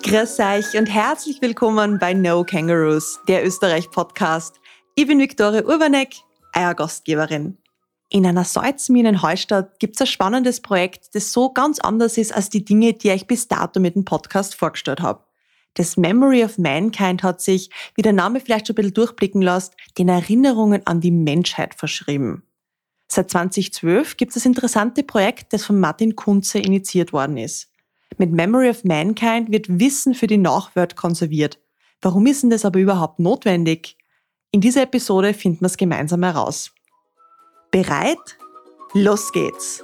Grüß euch und herzlich willkommen bei No Kangaroos, der Österreich-Podcast. Ich bin Viktoria Urbanek, euer Gastgeberin. In einer Salzmine in Heustadt gibt es ein spannendes Projekt, das so ganz anders ist als die Dinge, die ich euch bis dato mit dem Podcast vorgestellt habe. Das Memory of Mankind hat sich, wie der Name vielleicht schon ein bisschen durchblicken lässt, den Erinnerungen an die Menschheit verschrieben. Seit 2012 gibt es das interessante Projekt, das von Martin Kunze initiiert worden ist. Mit Memory of Mankind wird Wissen für die Nachwelt konserviert. Warum ist denn das aber überhaupt notwendig? In dieser Episode finden wir es gemeinsam heraus. Bereit? Los geht's!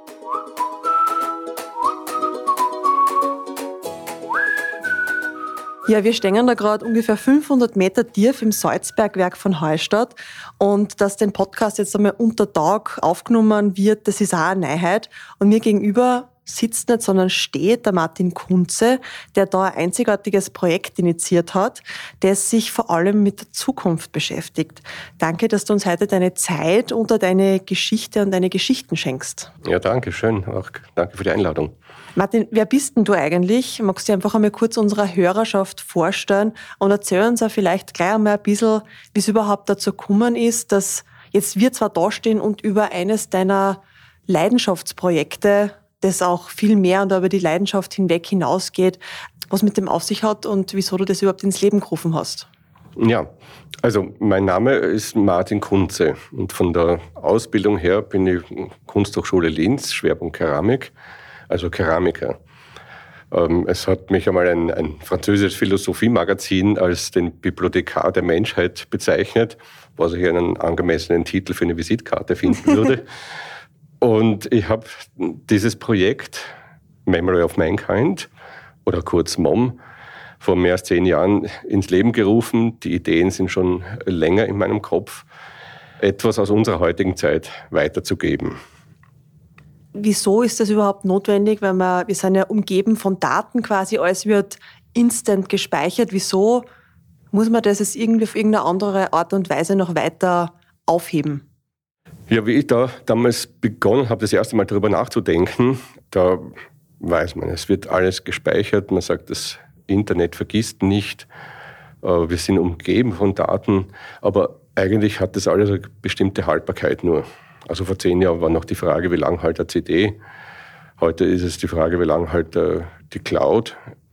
Ja, wir stehen da gerade ungefähr 500 Meter tief im Salzbergwerk von Heustadt und dass den Podcast jetzt einmal unter Tag aufgenommen wird, das ist auch eine Neuheit. Und mir gegenüber sitzt nicht, sondern steht der Martin Kunze, der da ein einzigartiges Projekt initiiert hat, das sich vor allem mit der Zukunft beschäftigt. Danke, dass du uns heute deine Zeit und deine Geschichte und deine Geschichten schenkst. Ja, danke schön. Auch danke für die Einladung. Martin, wer bist denn du eigentlich? Magst du dir einfach einmal kurz unserer Hörerschaft vorstellen und erzähl uns auch vielleicht gleich einmal ein bisschen, wie es überhaupt dazu gekommen ist, dass jetzt wir zwar da stehen und über eines deiner Leidenschaftsprojekte, das auch viel mehr und über die Leidenschaft hinweg hinausgeht, was mit dem auf sich hat und wieso du das überhaupt ins Leben gerufen hast. Ja, also mein Name ist Martin Kunze und von der Ausbildung her bin ich Kunsthochschule Linz, Schwerpunkt Keramik, also Keramiker. Es hat mich einmal ein französisches Philosophiemagazin als den Bibliothekar der Menschheit bezeichnet, was ich einen angemessenen Titel für eine Visitkarte finden würde. Und ich habe dieses Projekt Memory of Mankind oder kurz MOM vor mehr als 10 Jahren ins Leben gerufen. Die Ideen sind schon länger in meinem Kopf, etwas aus unserer heutigen Zeit weiterzugeben. Wieso ist das überhaupt notwendig, weil wir sind ja umgeben von Daten quasi, alles wird instant gespeichert. Wieso muss man das jetzt irgendwie auf irgendeine andere Art und Weise noch weiter aufheben? Ja, wie ich da damals begonnen habe, das erste Mal darüber nachzudenken, da weiß man, es wird alles gespeichert. Man sagt, das Internet vergisst nicht. Wir sind umgeben von Daten, aber eigentlich hat das alles eine bestimmte Haltbarkeit nur. Also vor 10 Jahren war noch die Frage, wie lange hält eine CD. Heute ist es die Frage, wie lange hält die Cloud.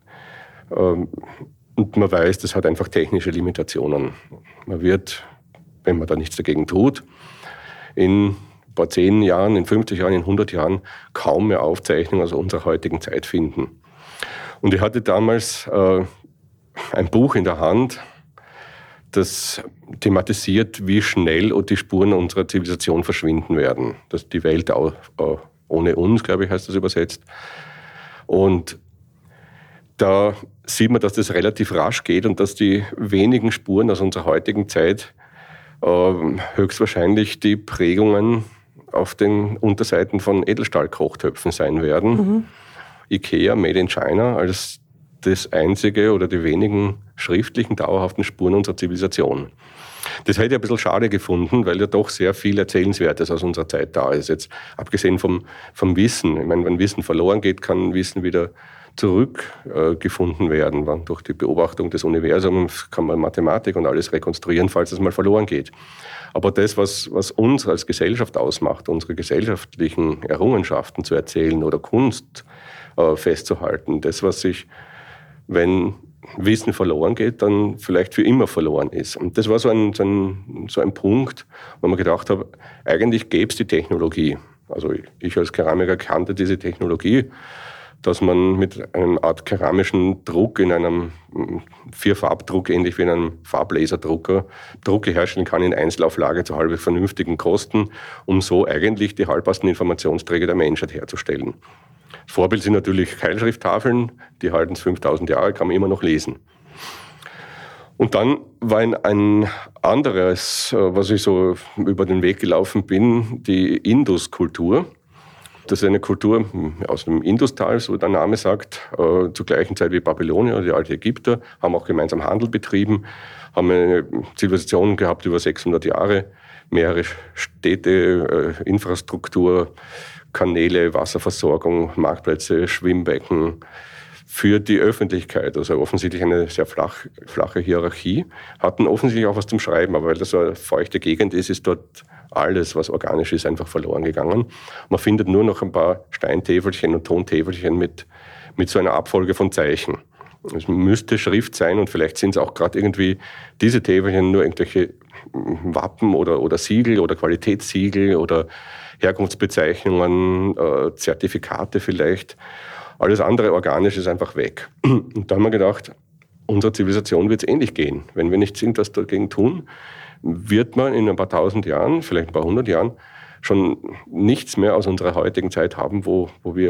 Und man weiß, das hat einfach technische Limitationen. Man wird, wenn man da nichts dagegen tut, in ein paar 10 Jahren, in 50 Jahren, in 100 Jahren kaum mehr Aufzeichnungen aus unserer heutigen Zeit finden. Und ich hatte damals ein Buch in der Hand, das thematisiert, wie schnell die Spuren unserer Zivilisation verschwinden werden. Dass die Welt auch ohne uns, glaube ich, heißt das übersetzt. Und da sieht man, dass das relativ rasch geht und dass die wenigen Spuren aus unserer heutigen Zeit höchstwahrscheinlich die Prägungen auf den Unterseiten von Edelstahlkochtöpfen sein werden. Mhm. IKEA, Made in China, als das einzige oder die wenigen schriftlichen, dauerhaften Spuren unserer Zivilisation. Das hätte ich ein bisschen schade gefunden, weil ja doch sehr viel Erzählenswertes aus unserer Zeit da ist. Jetzt abgesehen vom Wissen. Ich meine, wenn Wissen verloren geht, kann Wissen wieder zurückgefunden werden. Durch die Beobachtung des Universums kann man Mathematik und alles rekonstruieren, falls es mal verloren geht. Aber das, was uns als Gesellschaft ausmacht, unsere gesellschaftlichen Errungenschaften zu erzählen oder Kunst festzuhalten, das, was sich, wenn Wissen verloren geht, dann vielleicht für immer verloren ist. Und das war so ein Punkt, wo man gedacht habe, eigentlich gäbe es die Technologie. Also ich als Keramiker kannte diese Technologie, dass man mit einer Art keramischen Druck in einem 4-Farbdruck, ähnlich wie in einem Farblaserdrucker, Drucke herstellen kann in Einzelauflage zu halbwegs vernünftigen Kosten, um so eigentlich die haltbarsten Informationsträger der Menschheit herzustellen. Vorbild sind natürlich Keilschrifttafeln, die halten 5000 Jahre, kann man immer noch lesen. Und dann war ein anderes, was ich so über den Weg gelaufen bin, die Induskultur. Das ist eine Kultur aus dem Industal, so der Name sagt, zur gleichen Zeit wie Babylonier, die alten Ägypter, haben auch gemeinsam Handel betrieben, haben eine Zivilisation gehabt über 600 Jahre, mehrere Städte, Infrastruktur, Kanäle, Wasserversorgung, Marktplätze, Schwimmbecken, für die Öffentlichkeit. Also offensichtlich eine sehr flache Hierarchie. Hatten offensichtlich auch was zum Schreiben, aber weil das so eine feuchte Gegend ist, ist dort alles, was organisch ist, einfach verloren gegangen. Man findet nur noch ein paar Steintäfelchen und Tontäfelchen mit so einer Abfolge von Zeichen. Es müsste Schrift sein und vielleicht sind es auch gerade irgendwie diese Täfelchen nur irgendwelche Wappen oder Siegel oder Qualitätssiegel oder Herkunftsbezeichnungen, Zertifikate vielleicht. Alles andere organisch ist einfach weg. Und da haben wir gedacht, unserer Zivilisation wird es ähnlich gehen. Wenn wir nichts irgendwas dagegen tun, wird man in ein paar tausend Jahren, vielleicht ein paar hundert Jahren, schon nichts mehr aus unserer heutigen Zeit haben, wo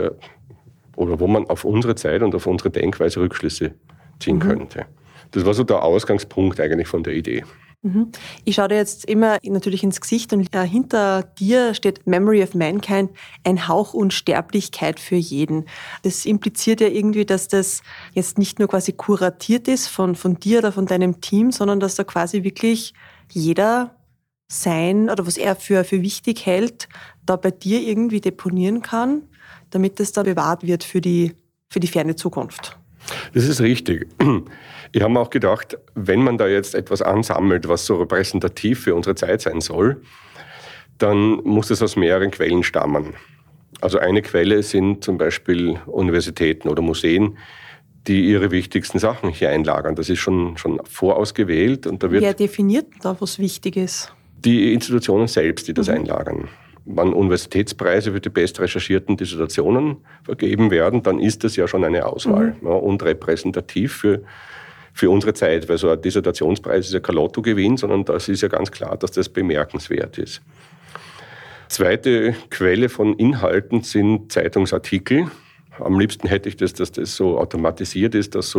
man auf unsere Zeit und auf unsere Denkweise Rückschlüsse ziehen könnte. Das war so der Ausgangspunkt eigentlich von der Idee. Ich schaue dir jetzt immer natürlich ins Gesicht und hinter dir steht Memory of Mankind, ein Hauch Unsterblichkeit für jeden. Das impliziert ja irgendwie, dass das jetzt nicht nur quasi kuratiert ist von dir oder von deinem Team, sondern dass da quasi wirklich jeder sein oder was er für wichtig hält, da bei dir irgendwie deponieren kann, damit es da bewahrt wird für die ferne Zukunft. Das ist richtig. Ich habe mir auch gedacht, wenn man da jetzt etwas ansammelt, was so repräsentativ für unsere Zeit sein soll, dann muss es aus mehreren Quellen stammen. Also eine Quelle sind zum Beispiel Universitäten oder Museen, die ihre wichtigsten Sachen hier einlagern. Das ist schon vorausgewählt. Und da wird Wer definiert da, was wichtig ist? Die Institutionen selbst, die das einlagern. Wenn Universitätspreise für die bestrecherchierten Dissertationen vergeben werden, dann ist das ja schon eine Auswahl und repräsentativ für unsere Zeit. Weil so ein Dissertationspreis ist ja kein Lottogewinn, sondern das ist ja ganz klar, dass das bemerkenswert ist. Zweite Quelle von Inhalten sind Zeitungsartikel. Am liebsten hätte ich dass das so automatisiert ist, dass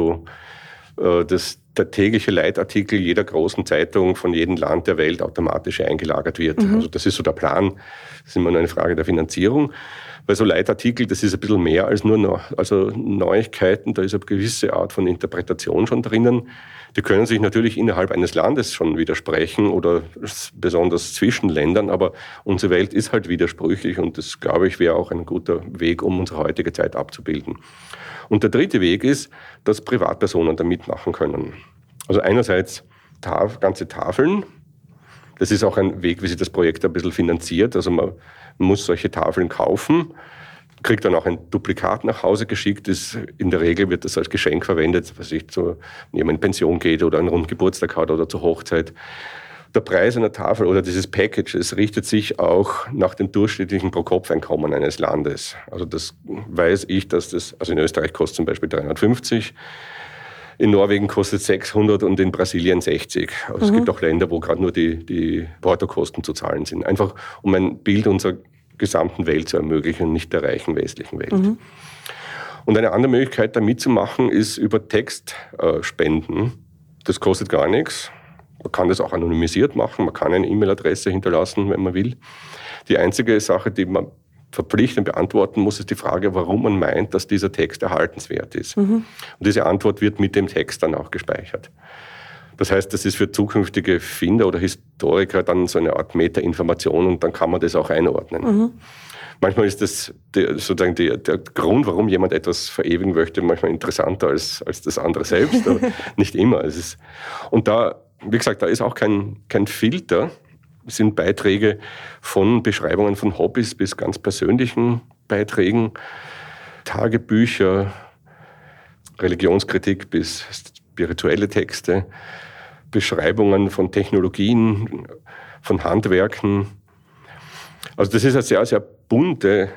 der tägliche Leitartikel jeder großen Zeitung von jedem Land der Welt automatisch eingelagert wird. Also das ist so der Plan. Das ist immer nur eine Frage der Finanzierung. Weil so Leitartikel, das ist ein bisschen mehr als nur Neuigkeiten. Da ist eine gewisse Art von Interpretation schon drinnen. Die können sich natürlich innerhalb eines Landes schon widersprechen oder besonders zwischen Ländern. Aber unsere Welt ist halt widersprüchlich und das, glaube ich, wäre auch ein guter Weg, um unsere heutige Zeit abzubilden. Und der dritte Weg ist, dass Privatpersonen da mitmachen können. Also einerseits ganze Tafeln. Das ist auch ein Weg, wie sich das Projekt ein bisschen finanziert. Also man muss solche Tafeln kaufen, kriegt dann auch ein Duplikat nach Hause geschickt. In der Regel wird das als Geschenk verwendet, wenn jemand in Pension geht oder einen Rundgeburtstag hat oder zur Hochzeit. Der Preis einer Tafel oder dieses Package, es richtet sich auch nach dem durchschnittlichen Pro-Kopf-Einkommen eines Landes. Also das weiß ich, also in Österreich kostet zum Beispiel 350, in Norwegen kostet 600 und in Brasilien 60. Also es gibt auch Länder, wo gerade nur die Portokosten zu zahlen sind. Einfach um ein Bild unserer gesamten Welt zu ermöglichen, nicht der reichen westlichen Welt. Und eine andere Möglichkeit, da mitzumachen, ist über Textspenden. Das kostet gar nichts. Man kann das auch anonymisiert machen, man kann eine E-Mail-Adresse hinterlassen, wenn man will. Die einzige Sache, die man verpflichtend beantworten muss, ist die Frage, warum man meint, dass dieser Text erhaltenswert ist. Und diese Antwort wird mit dem Text dann auch gespeichert. Das heißt, das ist für zukünftige Finder oder Historiker dann so eine Art Meta-Information und dann kann man das auch einordnen. Manchmal ist das der Grund, warum jemand etwas verewigen möchte, manchmal interessanter als das andere selbst, aber nicht immer. Und da, wie gesagt, da ist auch kein Filter. Es sind Beiträge von Beschreibungen von Hobbys bis ganz persönlichen Beiträgen, Tagebücher, Religionskritik bis spirituelle Texte, Beschreibungen von Technologien, von Handwerken. Also das ist ein sehr, sehr bunte,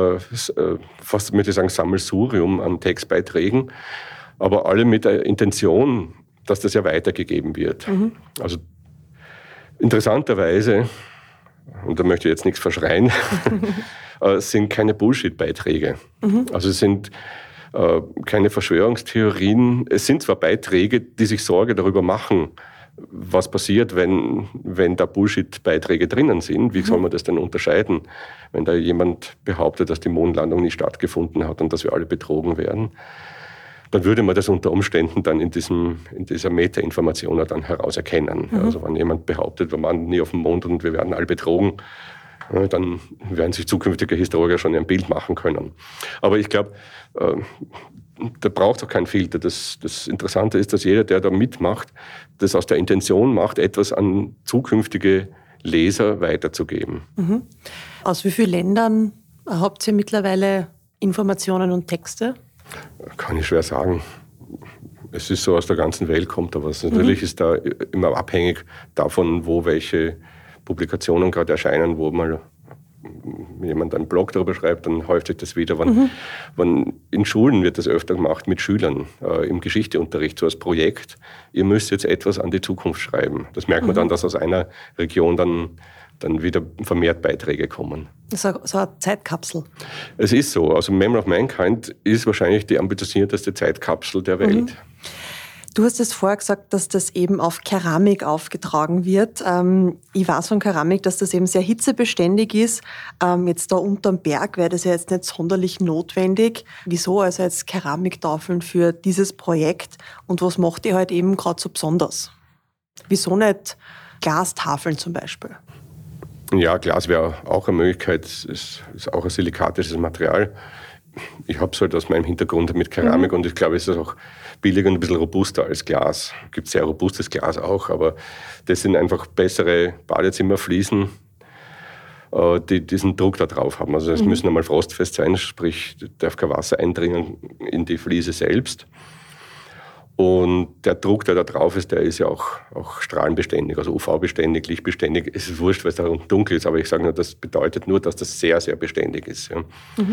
fast würde ich sagen, Sammelsurium an Textbeiträgen, aber alle mit der Intention, dass das ja weitergegeben wird. Also interessanterweise, und da möchte ich jetzt nichts verschreien, sind keine Bullshit-Beiträge. Also es sind keine Verschwörungstheorien. Es sind zwar Beiträge, die sich Sorge darüber machen, was passiert, wenn da Bullshit-Beiträge drinnen sind. Wie soll man das denn unterscheiden, wenn da jemand behauptet, dass die Mondlandung nicht stattgefunden hat und dass wir alle betrogen werden? Dann würde man das unter Umständen dann in dieser Meta-Information dann herauserkennen. Also wenn jemand behauptet, wir waren nie auf dem Mond und wir werden alle betrogen, dann werden sich zukünftige Historiker schon ein Bild machen können. Aber ich glaube, da braucht es auch keinen Filter. Das Interessante ist, dass jeder, der da mitmacht, das aus der Intention macht, etwas an zukünftige Leser weiterzugeben. Mhm. Aus wie vielen Ländern habt ihr mittlerweile Informationen und Texte? Kann ich schwer sagen. Es ist so, aus der ganzen Welt kommt da was. Natürlich ist da immer abhängig davon, wo welche Publikationen gerade erscheinen, wo mal jemand einen Blog darüber schreibt, dann häuft sich das wieder. In Schulen wird das öfter gemacht mit Schülern im Geschichteunterricht, so als Projekt. Ihr müsst jetzt etwas an die Zukunft schreiben. Das merkt man dann, dass aus einer Region dann wieder vermehrt Beiträge kommen. So eine Zeitkapsel. Es ist so. Also Memory of Mankind ist wahrscheinlich die ambitionierteste Zeitkapsel der Welt. Du hast es vorher gesagt, dass das eben auf Keramik aufgetragen wird. Ich weiß von Keramik, dass das eben sehr hitzebeständig ist. Jetzt da unterm Berg wäre das ja jetzt nicht sonderlich notwendig. Wieso also jetzt Keramiktafeln für dieses Projekt? Und was macht ihr halt eben gerade so besonders? Wieso nicht Glastafeln zum Beispiel? Ja, Glas wäre auch eine Möglichkeit. Es ist auch ein silikatisches Material. Ich habe es halt aus meinem Hintergrund mit Keramik und ich glaube, es ist auch billiger und ein bisschen robuster als Glas. Es gibt sehr robustes Glas auch, aber das sind einfach bessere Badezimmerfliesen, die diesen Druck da drauf haben. Also es müssen einmal frostfest sein, sprich darf kein Wasser eindringen in die Fliese selbst. Und der Druck, der da drauf ist, der ist ja auch strahlenbeständig, also UV-beständig, lichtbeständig. Es ist wurscht, weil es da dunkel ist, aber ich sage nur, das bedeutet nur, dass das sehr, sehr beständig ist. Ja.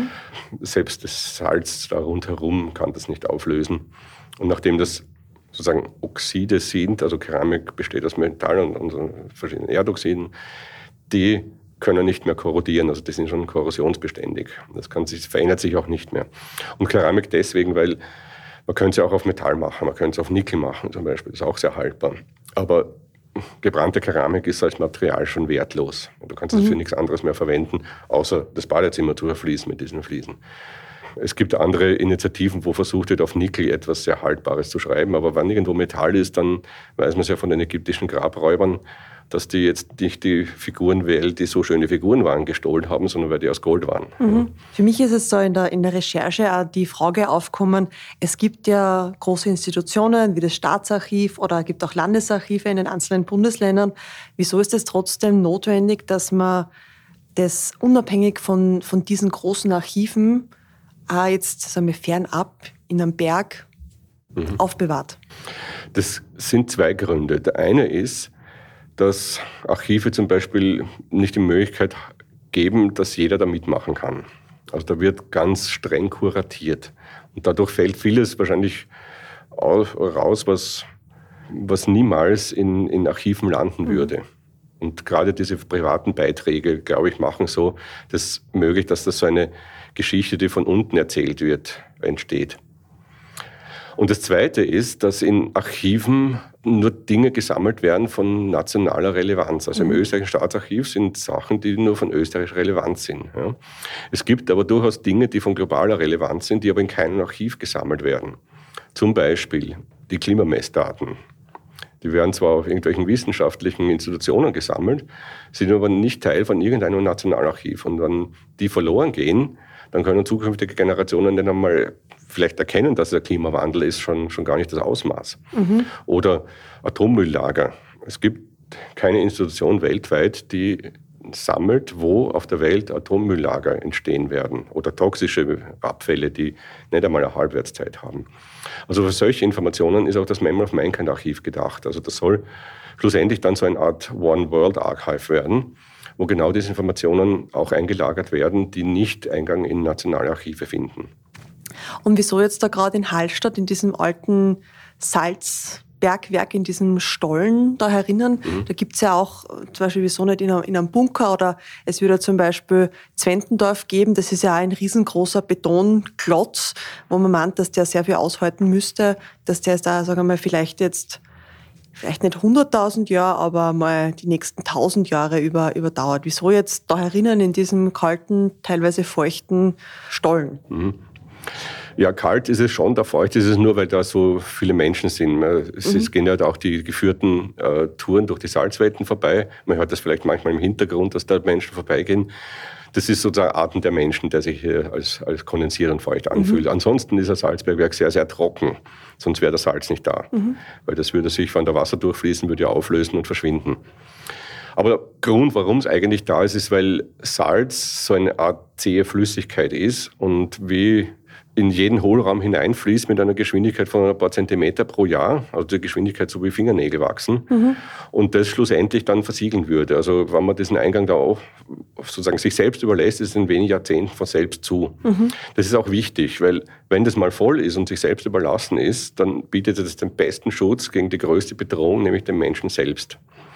Selbst das Salz da rundherum kann das nicht auflösen. Und nachdem das sozusagen Oxide sind, also Keramik besteht aus Metall und verschiedenen Erdoxiden, die können nicht mehr korrodieren, also die sind schon korrosionsbeständig. Das verändert sich auch nicht mehr. Und Keramik deswegen, weil man könnte es ja auch auf Metall machen, man könnte es auf Nickel machen zum Beispiel, das ist auch sehr haltbar. Aber gebrannte Keramik ist als Material schon wertlos. Du kannst es für nichts anderes mehr verwenden, außer das Badezimmer zu verfließen mit diesen Fliesen. Es gibt andere Initiativen, wo versucht wird, auf Nickel etwas sehr Haltbares zu schreiben. Aber wenn irgendwo Metall ist, dann weiß man es ja von den ägyptischen Grabräubern, dass die jetzt nicht die Figuren wählen, die so schöne Figuren waren, gestohlen haben, sondern weil die aus Gold waren. Ja. Für mich ist es so in der Recherche auch die Frage aufgekommen, es gibt ja große Institutionen wie das Staatsarchiv oder es gibt auch Landesarchive in den einzelnen Bundesländern. Wieso ist es trotzdem notwendig, dass man das unabhängig von diesen großen Archiven auch jetzt sagen wir, fernab in einem Berg aufbewahrt? Das sind zwei Gründe. Der eine ist, dass Archive zum Beispiel nicht die Möglichkeit geben, dass jeder da mitmachen kann. Also da wird ganz streng kuratiert. Und dadurch fällt vieles wahrscheinlich raus, was niemals in Archiven landen würde. Und gerade diese privaten Beiträge, glaube ich, machen so das möglich, dass das so eine Geschichte, die von unten erzählt wird, entsteht. Und das Zweite ist, dass in Archiven nur Dinge gesammelt werden von nationaler Relevanz. Also im österreichischen Staatsarchiv sind Sachen, die nur von österreichischer Relevanz sind. Ja. Es gibt aber durchaus Dinge, die von globaler Relevanz sind, die aber in keinem Archiv gesammelt werden. Zum Beispiel die Klimamessdaten. Die werden zwar auf irgendwelchen wissenschaftlichen Institutionen gesammelt, sind aber nicht Teil von irgendeinem Nationalarchiv. Und wenn die verloren gehen, dann können zukünftige Generationen nicht einmal vielleicht erkennen, dass der Klimawandel ist, schon gar nicht das Ausmaß. Oder Atommülllager. Es gibt keine Institution weltweit, die sammelt, wo auf der Welt Atommülllager entstehen werden oder toxische Abfälle, die nicht einmal eine Halbwertszeit haben. Also für solche Informationen ist auch das Memory of Mankind Archiv gedacht. Also das soll schlussendlich dann so eine Art One World Archive werden, wo genau diese Informationen auch eingelagert werden, die nicht Eingang in nationale Archive finden. Und wieso jetzt da gerade in Hallstatt, in diesem alten Salzbergwerk, in diesem Stollen da herinnen, da gibt's ja auch zum Beispiel, wieso nicht in einem Bunker oder es würde zum Beispiel Zwentendorf geben, das ist ja auch ein riesengroßer Betonklotz, wo man meint, dass der sehr viel aushalten müsste, dass der ist da, sagen wir mal, vielleicht nicht 100.000 Jahre, aber mal die nächsten 1.000 Jahre überdauert. Wieso jetzt da herinnen in diesem kalten, teilweise feuchten Stollen? Ja, kalt ist es schon, da feucht ist es nur, weil da so viele Menschen sind. Es gehen ja auch die geführten Touren durch die Salzwetten vorbei. Man hört das vielleicht manchmal im Hintergrund, dass da Menschen vorbeigehen. Das ist sozusagen Atem der Menschen, der sich hier als kondensierend feucht anfühlt. Ansonsten ist das Salzbergwerk sehr, sehr trocken. Sonst wäre das Salz nicht da. Weil das würde sich, wenn da Wasser durchfließen, würde ja auflösen und verschwinden. Aber der Grund, warum es eigentlich da ist, ist, weil Salz so eine Art zähe Flüssigkeit ist und wie in jeden Hohlraum hineinfließt mit einer Geschwindigkeit von ein paar Zentimeter pro Jahr, also die Geschwindigkeit so wie Fingernägel wachsen, und das schlussendlich dann versiegeln würde. Also wenn man diesen Eingang da auch sozusagen sich selbst überlässt, ist es in wenigen Jahrzehnten von selbst zu. Das ist auch wichtig, weil wenn das mal voll ist und sich selbst überlassen ist, dann bietet es den besten Schutz gegen die größte Bedrohung, nämlich den Menschen selbst.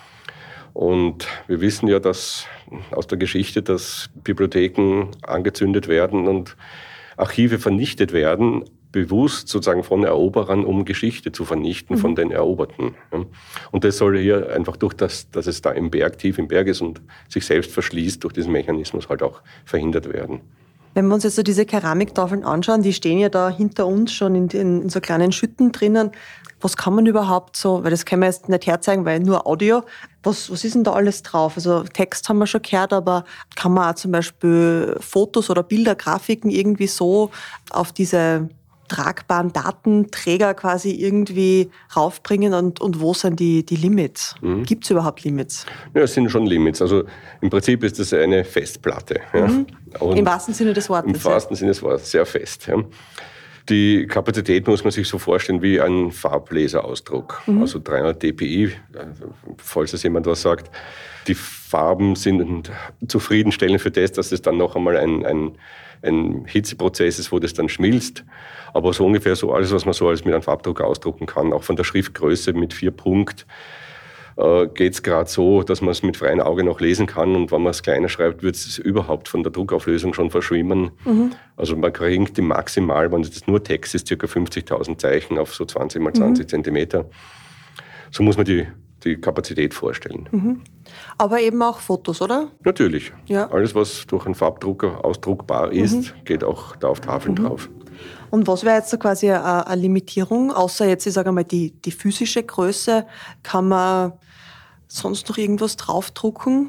Und wir wissen ja aus der Geschichte, dass Bibliotheken angezündet werden und Archive vernichtet werden, bewusst sozusagen von Eroberern, um Geschichte zu vernichten von den Eroberten. Und das soll hier einfach durch das, dass es da tief im Berg ist und sich selbst verschließt, durch diesen Mechanismus halt auch verhindert werden. Wenn wir uns jetzt so diese Keramiktafeln anschauen, die stehen ja da hinter uns schon in so kleinen Schütten drinnen. Was kann man überhaupt so, weil das können wir jetzt nicht herzeigen, weil nur Audio, was ist denn da alles drauf? Also Text haben wir schon gehört, aber kann man auch zum Beispiel Fotos oder Bilder, Grafiken irgendwie so auf diese tragbaren Datenträger quasi irgendwie raufbringen und wo sind die Limits? Gibt es überhaupt Limits? Ja, es sind schon Limits. Also im Prinzip ist das eine Festplatte. Ja. Im wahrsten Sinne des Wortes. Im wahrsten Sinne des Wortes, sehr fest. Ja. Die Kapazität muss man sich so vorstellen wie ein Farblaserausdruck, also 300 dpi, falls es jemand was sagt. Die Farben sind zufriedenstellend für das, dass es dann noch einmal ein Hitzeprozess ist, wo das dann schmilzt. Aber so ungefähr so alles, was man so alles mit einem Farbdruck ausdrucken kann, auch von der Schriftgröße mit 4 Punkt, geht es gerade so, dass man es mit freiem Auge noch lesen kann. Und wenn man es kleiner schreibt, wird es überhaupt von der Druckauflösung schon verschwimmen. Also man kriegt die maximal, wenn das nur Text ist, ca. 50.000 Zeichen auf so 20 mal 20 Zentimeter. So muss man die Kapazität vorstellen. Aber eben auch Fotos, oder? Natürlich. Ja. Alles, was durch einen Farbdrucker ausdruckbar ist, geht auch da auf Tafeln drauf. Und was wäre jetzt so quasi eine Limitierung? Außer jetzt, ich sage mal, die physische Größe, kann man sonst noch irgendwas draufdrucken?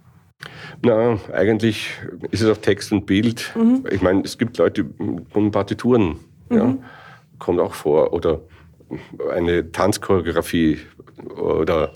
Na, eigentlich ist es auf Text und Bild. Ich meine, es gibt Leute, die von Partituren, ja, kommt auch vor. Oder eine Tanzchoreografie oder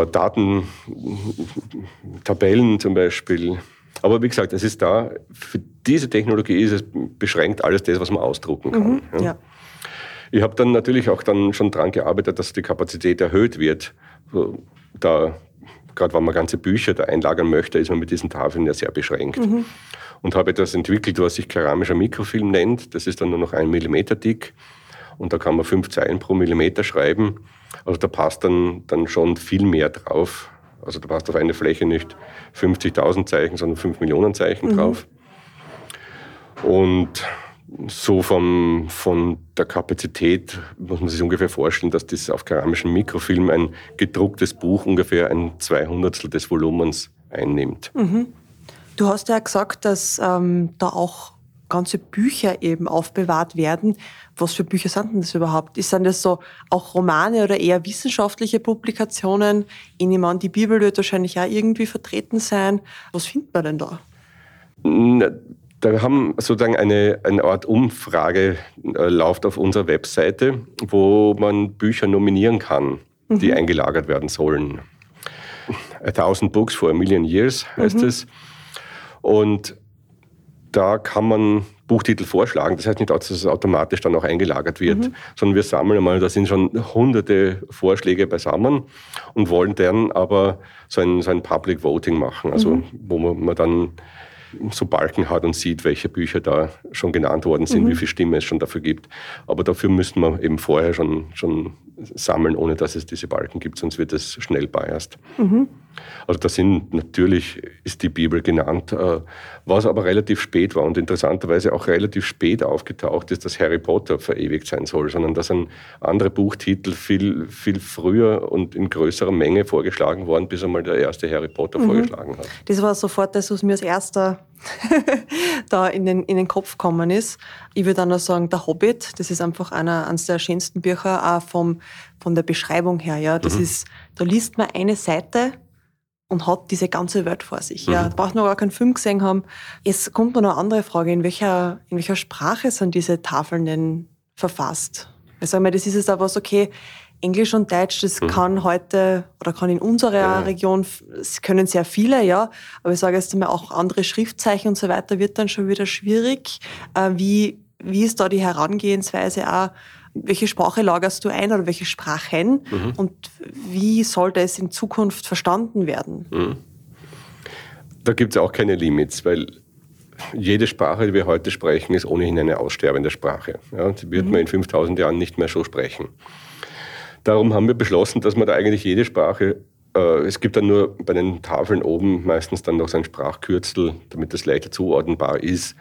Tabellen zum Beispiel. Aber wie gesagt, es ist da, für diese Technologie ist es beschränkt alles das, was man ausdrucken kann. Ja. Ich habe dann natürlich auch schon daran gearbeitet, dass die Kapazität erhöht wird. Da, gerade wenn man ganze Bücher da einlagern möchte, ist man mit diesen Tafeln ja sehr beschränkt. Und habe etwas entwickelt, was sich keramischer Mikrofilm nennt. Das ist dann nur noch 1 Millimeter dick. Und da kann man 5 Zeilen pro Millimeter schreiben. Also da passt dann schon viel mehr drauf. Also da passt auf eine Fläche nicht 50.000 Zeichen, sondern 5 Millionen Zeichen drauf. Und so von der Kapazität muss man sich ungefähr vorstellen, dass das auf keramischem Mikrofilm ein gedrucktes Buch ungefähr ein 200stel des Volumens einnimmt. Du hast ja gesagt, dass da auch ganze Bücher eben aufbewahrt werden. Was für Bücher sind denn das überhaupt? Sind das so auch Romane oder eher wissenschaftliche Publikationen? Ich nehme an, die Bibel wird wahrscheinlich auch irgendwie vertreten sein. Was findet man denn da? Da haben sozusagen eine Art Umfrage läuft auf unserer Webseite, wo man Bücher nominieren kann, die eingelagert werden sollen. 1000 Books for a Million Years heißt es. Und da kann man Buchtitel vorschlagen. Das heißt nicht, dass es automatisch dann auch eingelagert wird, sondern wir sammeln einmal, da sind schon hunderte Vorschläge beisammen und wollen dann aber so ein Public Voting machen, also wo man dann so Balken hat und sieht, welche Bücher da schon genannt worden sind, wie viele Stimmen es schon dafür gibt. Aber dafür müssten wir eben vorher schon sammeln, ohne dass es diese Balken gibt, sonst wird es schnell biased. Also natürlich ist die Bibel genannt, was aber relativ spät war und interessanterweise auch relativ spät aufgetaucht ist, dass Harry Potter verewigt sein soll, sondern dass ein anderer Buchtitel viel, viel früher und in größerer Menge vorgeschlagen worden, bis einmal der erste Harry Potter vorgeschlagen hat. Das war sofort das, was mir als erster da in den Kopf gekommen ist. Ich würde dann noch sagen, der Hobbit, das ist einfach eines der schönsten Bücher, auch von der Beschreibung her. Ja. Das ist, da liest man eine Seite und hat diese ganze Welt vor sich. Ja, da braucht man gar keinen Film gesehen haben. Es kommt noch eine andere Frage, in welcher Sprache sind diese Tafeln denn verfasst? Ich sage mal, das ist jetzt auch was, okay, Englisch und Deutsch, das kann heute, oder kann in unserer Region, es können sehr viele, ja, aber ich sage jetzt einmal auch andere Schriftzeichen und so weiter, wird dann schon wieder schwierig. Wie ist da die Herangehensweise auch? Welche Sprache lagerst du ein oder welche Sprachen und wie soll das in Zukunft verstanden werden? Da gibt es auch keine Limits, weil jede Sprache, die wir heute sprechen, ist ohnehin eine aussterbende Sprache. Ja, die wird man in 5000 Jahren nicht mehr so sprechen. Darum haben wir beschlossen, dass man da eigentlich jede Sprache, es gibt dann nur bei den Tafeln oben meistens dann noch so ein Sprachkürzel, damit das leichter zuordnenbar ist.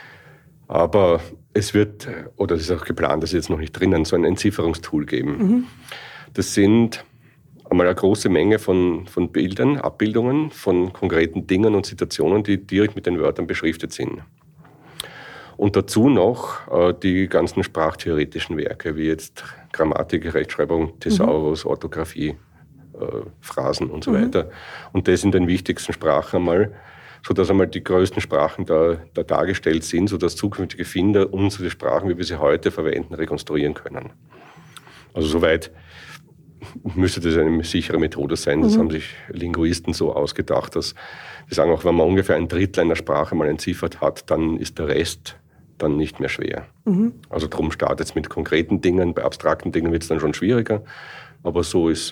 Aber es wird, oder es ist auch geplant, das ist jetzt noch nicht drinnen, so ein Entzifferungstool geben. Das sind einmal eine große Menge von Bildern, Abbildungen von konkreten Dingen und Situationen, die direkt mit den Wörtern beschriftet sind. Und dazu noch die ganzen sprachtheoretischen Werke, wie jetzt Grammatik, Rechtschreibung, Thesaurus, Orthographie, Phrasen und so weiter. Und das in den wichtigsten Sprachen einmal, sodass einmal die größten Sprachen da dargestellt sind, sodass zukünftige Finder unsere Sprachen, wie wir sie heute verwenden, rekonstruieren können. Also soweit müsste das eine sichere Methode sein. Das haben sich Linguisten so ausgedacht, dass die sagen, auch wenn man ungefähr ein Drittel einer Sprache mal entziffert hat, dann ist der Rest dann nicht mehr schwer. Also darum startet es mit konkreten Dingen, bei abstrakten Dingen wird es dann schon schwieriger, aber so ist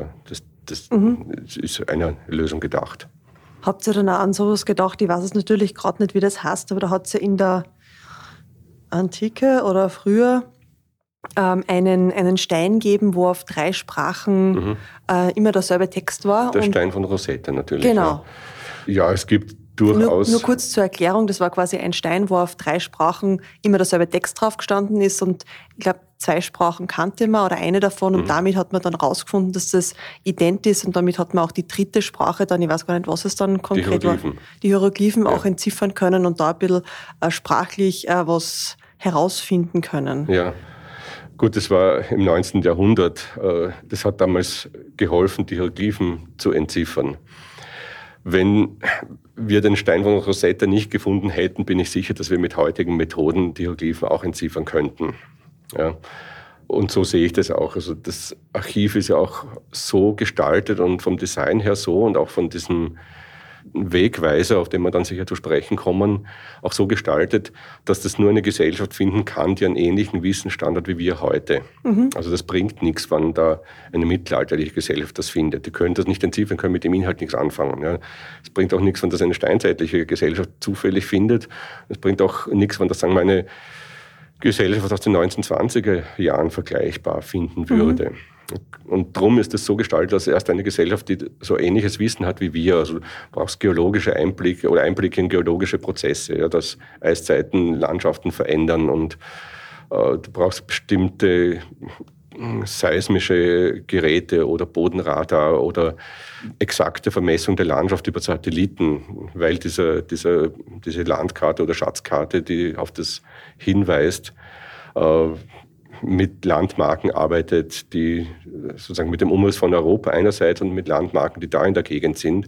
eine Lösung gedacht. Habt ihr dann auch an sowas gedacht? Ich weiß es natürlich gerade nicht, wie das heißt, aber da hat es ja in der Antike oder früher einen Stein gegeben, wo auf 3 Sprachen immer derselbe Text war. Der Stein von Rosetta natürlich. Genau. Ja, es gibt durchaus... Nur kurz zur Erklärung, das war quasi ein Stein, wo auf 3 Sprachen immer derselbe Text drauf gestanden ist und ich glaube, 2 Sprachen kannte man oder eine davon und damit hat man dann rausgefunden, dass das ident ist und damit hat man auch die 3. Sprache dann, ich weiß gar nicht, was es dann konkret war, die Hieroglyphen auch entziffern können und da ein bisschen sprachlich was herausfinden können. Ja. Gut, das war im 19. Jahrhundert. Das hat damals geholfen, die Hieroglyphen zu entziffern. Wenn wir den Stein von Rosetta nicht gefunden hätten, bin ich sicher, dass wir mit heutigen Methoden die Hieroglyphen auch entziffern könnten. Ja. Und so sehe ich das auch. Also das Archiv ist ja auch so gestaltet und vom Design her so und auch von diesem Wegweiser, auf den wir dann sicher zu sprechen kommen, auch so gestaltet, dass das nur eine Gesellschaft finden kann, die einen ähnlichen Wissensstandard wie wir heute. Also das bringt nichts, wenn da eine mittelalterliche Gesellschaft das findet. Die können das nicht entziffern, können mit dem Inhalt nichts anfangen. Ja. Es bringt auch nichts, wenn das eine steinzeitliche Gesellschaft zufällig findet. Es bringt auch nichts, wenn das, sagen wir, eine Gesellschaft aus den 1920er Jahren vergleichbar finden würde. Und darum ist es so gestaltet, dass erst eine Gesellschaft, die so ähnliches Wissen hat wie wir, also du brauchst geologische Einblicke oder Einblicke in geologische Prozesse, ja, dass Eiszeiten Landschaften verändern und du brauchst bestimmte seismische Geräte oder Bodenradar oder exakte Vermessung der Landschaft über Satelliten, weil diese Landkarte oder Schatzkarte, die auf das hinweist, mit Landmarken arbeitet, die sozusagen mit dem Umriss von Europa einerseits und mit Landmarken, die da in der Gegend sind.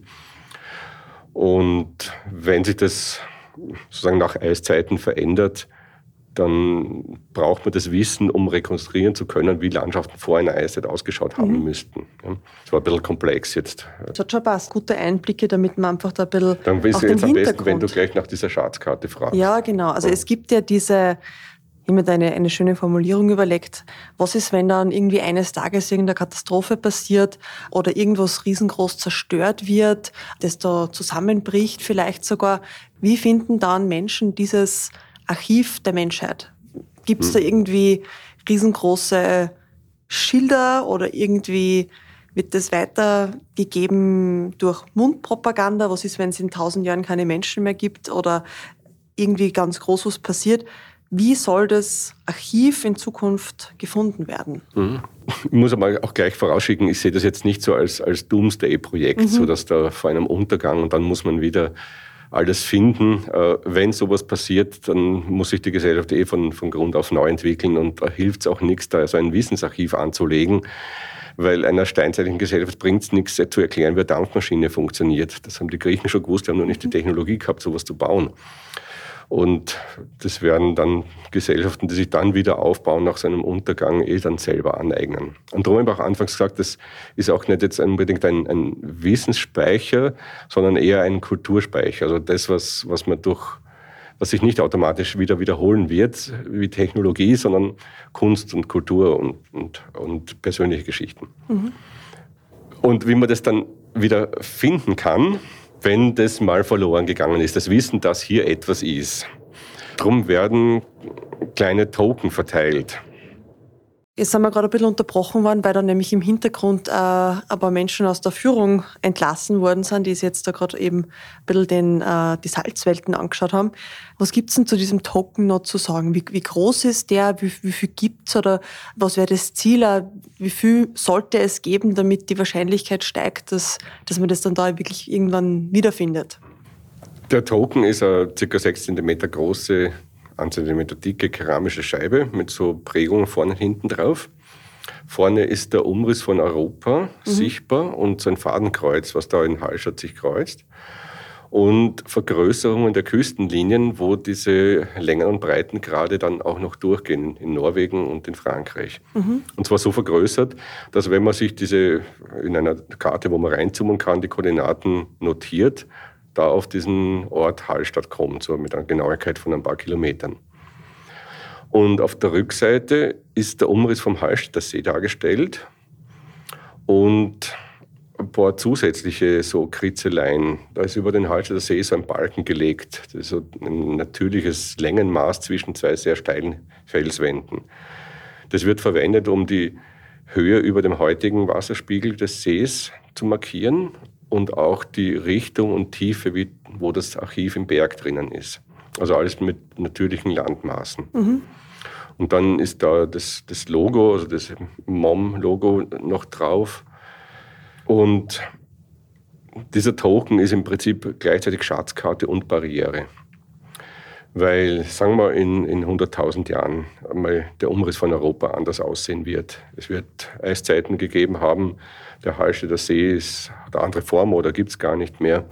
Und wenn sich das sozusagen nach Eiszeiten verändert, dann braucht man das Wissen, um rekonstruieren zu können, wie Landschaften vor einer Eiszeit ausgeschaut haben müssten. Das war ein bisschen komplex jetzt. Das hat schon passt. Gute Einblicke, damit man einfach da ein bisschen dann bist du jetzt am besten, wenn du gleich nach dieser Schatzkarte fragst. Ja, genau. Also es gibt ja diese... Ich habe mir da eine schöne Formulierung überlegt. Was ist, wenn dann irgendwie eines Tages irgendeine Katastrophe passiert oder irgendwas riesengroß zerstört wird, das da zusammenbricht vielleicht sogar? Wie finden dann Menschen dieses Archiv der Menschheit? Gibt es da irgendwie riesengroße Schilder oder irgendwie Wird das weitergegeben durch Mundpropaganda? Was ist, wenn es in 1000 Jahren keine Menschen mehr gibt oder irgendwie ganz groß was passiert? Wie soll das Archiv in Zukunft gefunden werden? Ich muss aber auch gleich vorausschicken, ich sehe das jetzt nicht so als Doomsday-Projekt, so dass da vor einem Untergang und dann muss man wieder alles finden. Wenn sowas passiert, dann muss sich die Gesellschaft von Grund auf neu entwickeln und da hilft es auch nichts, da so ein Wissensarchiv anzulegen, weil einer steinzeitlichen Gesellschaft bringt es nichts zu erklären, wie eine Dampfmaschine funktioniert. Das haben die Griechen schon gewusst, die haben noch nicht die Technologie gehabt, sowas zu bauen. Und das werden dann Gesellschaften, die sich dann wieder aufbauen nach seinem Untergang, dann selber aneignen. Und darum habe ich auch anfangs gesagt, das ist auch nicht jetzt unbedingt ein Wissensspeicher, sondern eher ein Kulturspeicher. Also das, was sich nicht automatisch wieder wiederholen wird, wie Technologie, sondern Kunst und Kultur und persönliche Geschichten. Und wie man das dann wieder finden kann, wenn das mal verloren gegangen ist, das Wissen, dass hier etwas ist. Drum werden kleine Token verteilt. Jetzt sind wir gerade ein bisschen unterbrochen worden, weil da nämlich im Hintergrund ein paar Menschen aus der Führung entlassen worden sind, die sich jetzt da gerade eben ein bisschen die Salzwelten angeschaut haben. Was gibt's denn zu diesem Token noch zu sagen? Wie groß ist der? Wie viel gibt's? Oder was wäre das Ziel? Wie viel sollte es geben, damit die Wahrscheinlichkeit steigt, dass man das dann da wirklich irgendwann wiederfindet? Der Token ist eine ca. 6 cm große, 1 cm dicke keramische Scheibe mit so Prägungen vorne und hinten drauf. Vorne ist der Umriss von Europa sichtbar und so ein Fadenkreuz, was da in Hallstatt sich kreuzt. Und Vergrößerungen der Küstenlinien, wo diese Längen und Breitengrade dann auch noch durchgehen, in Norwegen und in Frankreich. Und zwar so vergrößert, dass wenn man sich diese in einer Karte, wo man reinzoomen kann, die Koordinaten notiert, da auf diesen Ort Hallstatt kommt, so mit einer Genauigkeit von ein paar Kilometern. Und auf der Rückseite ist der Umriss vom Hallstatter See dargestellt und ein paar zusätzliche so Kritzeleien. Da ist über den Hallstatter See so ein Balken gelegt. Das ist so ein natürliches Längenmaß zwischen zwei sehr steilen Felswänden. Das wird verwendet, um die Höhe über dem heutigen Wasserspiegel des Sees zu markieren und auch die Richtung und Tiefe, wo das Archiv im Berg drinnen ist. Also alles mit natürlichen Landmaßen. Und dann ist da das Logo, also das MOM-Logo noch drauf. Und dieser Token ist im Prinzip gleichzeitig Schatzkarte und Barriere. Weil, sagen wir, in 100.000 Jahren einmal der Umriss von Europa anders aussehen wird. Es wird Eiszeiten gegeben haben, der Hallstatter See hat eine andere Form oder gibt es gar nicht mehr.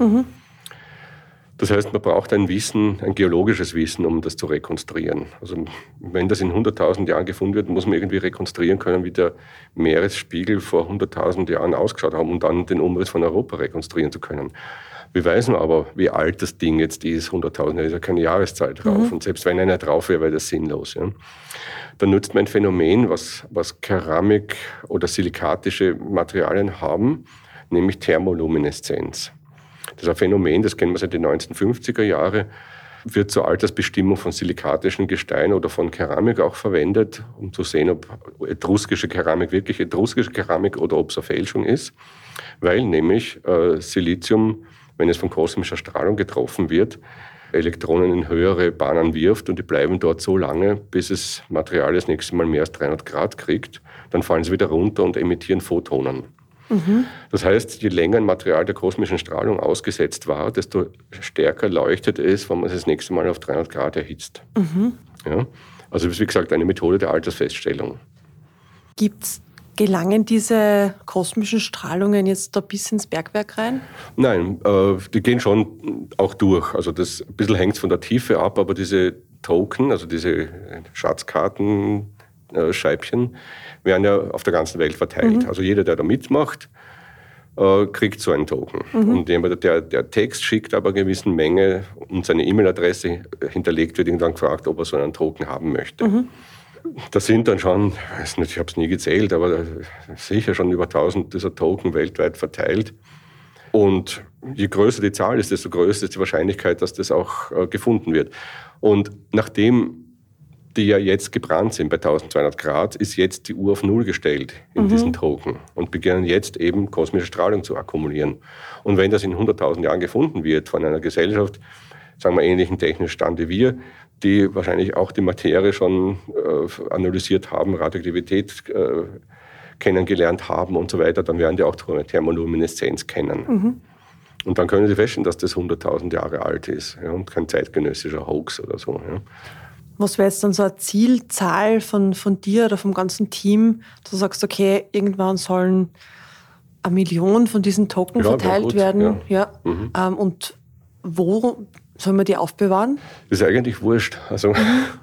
Das heißt, man braucht ein geologisches Wissen, um das zu rekonstruieren. Also wenn das in 100.000 Jahren gefunden wird, muss man irgendwie rekonstruieren können, wie der Meeresspiegel vor 100.000 Jahren ausgeschaut hat, um dann den Umriss von Europa rekonstruieren zu können. Wir wissen aber, wie alt das Ding jetzt ist, 100.000, da ist ja keine Jahreszahl drauf. Und selbst wenn einer drauf wäre, wäre das sinnlos. Ja. Dann nutzt man ein Phänomen, was Keramik oder silikatische Materialien haben, nämlich Thermolumineszenz. Das ist ein Phänomen, das kennen wir seit den 1950er Jahren, wird zur Altersbestimmung von silikatischen Gesteinen oder von Keramik auch verwendet, um zu sehen, ob etruskische Keramik wirklich etruskische Keramik oder ob es eine Fälschung ist, weil nämlich Silizium, wenn es von kosmischer Strahlung getroffen wird, Elektronen in höhere Bahnen wirft und die bleiben dort so lange, bis das Material das nächste Mal mehr als 300 Grad kriegt. Dann fallen sie wieder runter und emittieren Photonen. Das heißt, je länger ein Material der kosmischen Strahlung ausgesetzt war, desto stärker leuchtet es, wenn man es das nächste Mal auf 300 Grad erhitzt. Ja? Also das ist, wie gesagt, eine Methode der Altersfeststellung. Gelangen diese kosmischen Strahlungen jetzt da bis ins Bergwerk rein? Nein, die gehen schon auch durch. Also das ein bisschen hängt von der Tiefe ab, aber diese Token, also diese Schatzkartenscheibchen, werden ja auf der ganzen Welt verteilt. Also jeder, der da mitmacht, kriegt so einen Token. Und der Text schickt aber eine gewisse Menge und seine E-Mail-Adresse hinterlegt wird, ihn dann gefragt, ob er so einen Token haben möchte. Das sind dann schon, ich habe es nie gezählt, aber sicher schon über 1000 dieser Token weltweit verteilt. Und je größer die Zahl ist, desto größer ist die Wahrscheinlichkeit, dass das auch gefunden wird. Und nachdem die ja jetzt gebrannt sind bei 1200 Grad, ist jetzt die Uhr auf Null gestellt in diesen Token und beginnen jetzt eben kosmische Strahlung zu akkumulieren. Und wenn das in 100.000 Jahren gefunden wird von einer Gesellschaft, sagen wir ähnlichen technischen Stand wie wir, die wahrscheinlich auch die Materie schon analysiert haben, Radioaktivität kennengelernt haben und so weiter, dann werden die auch Thermolumineszenz kennen. Und dann können sie feststellen, dass das 100.000 Jahre alt ist, ja, und kein zeitgenössischer Hoax oder so. Ja. Was wäre jetzt dann so eine Zielzahl von dir oder vom ganzen Team, dass du sagst, okay, irgendwann sollen 1 Million von diesen Token verteilt werden? Ja. Und wo soll man die aufbewahren? Das ist eigentlich wurscht. Also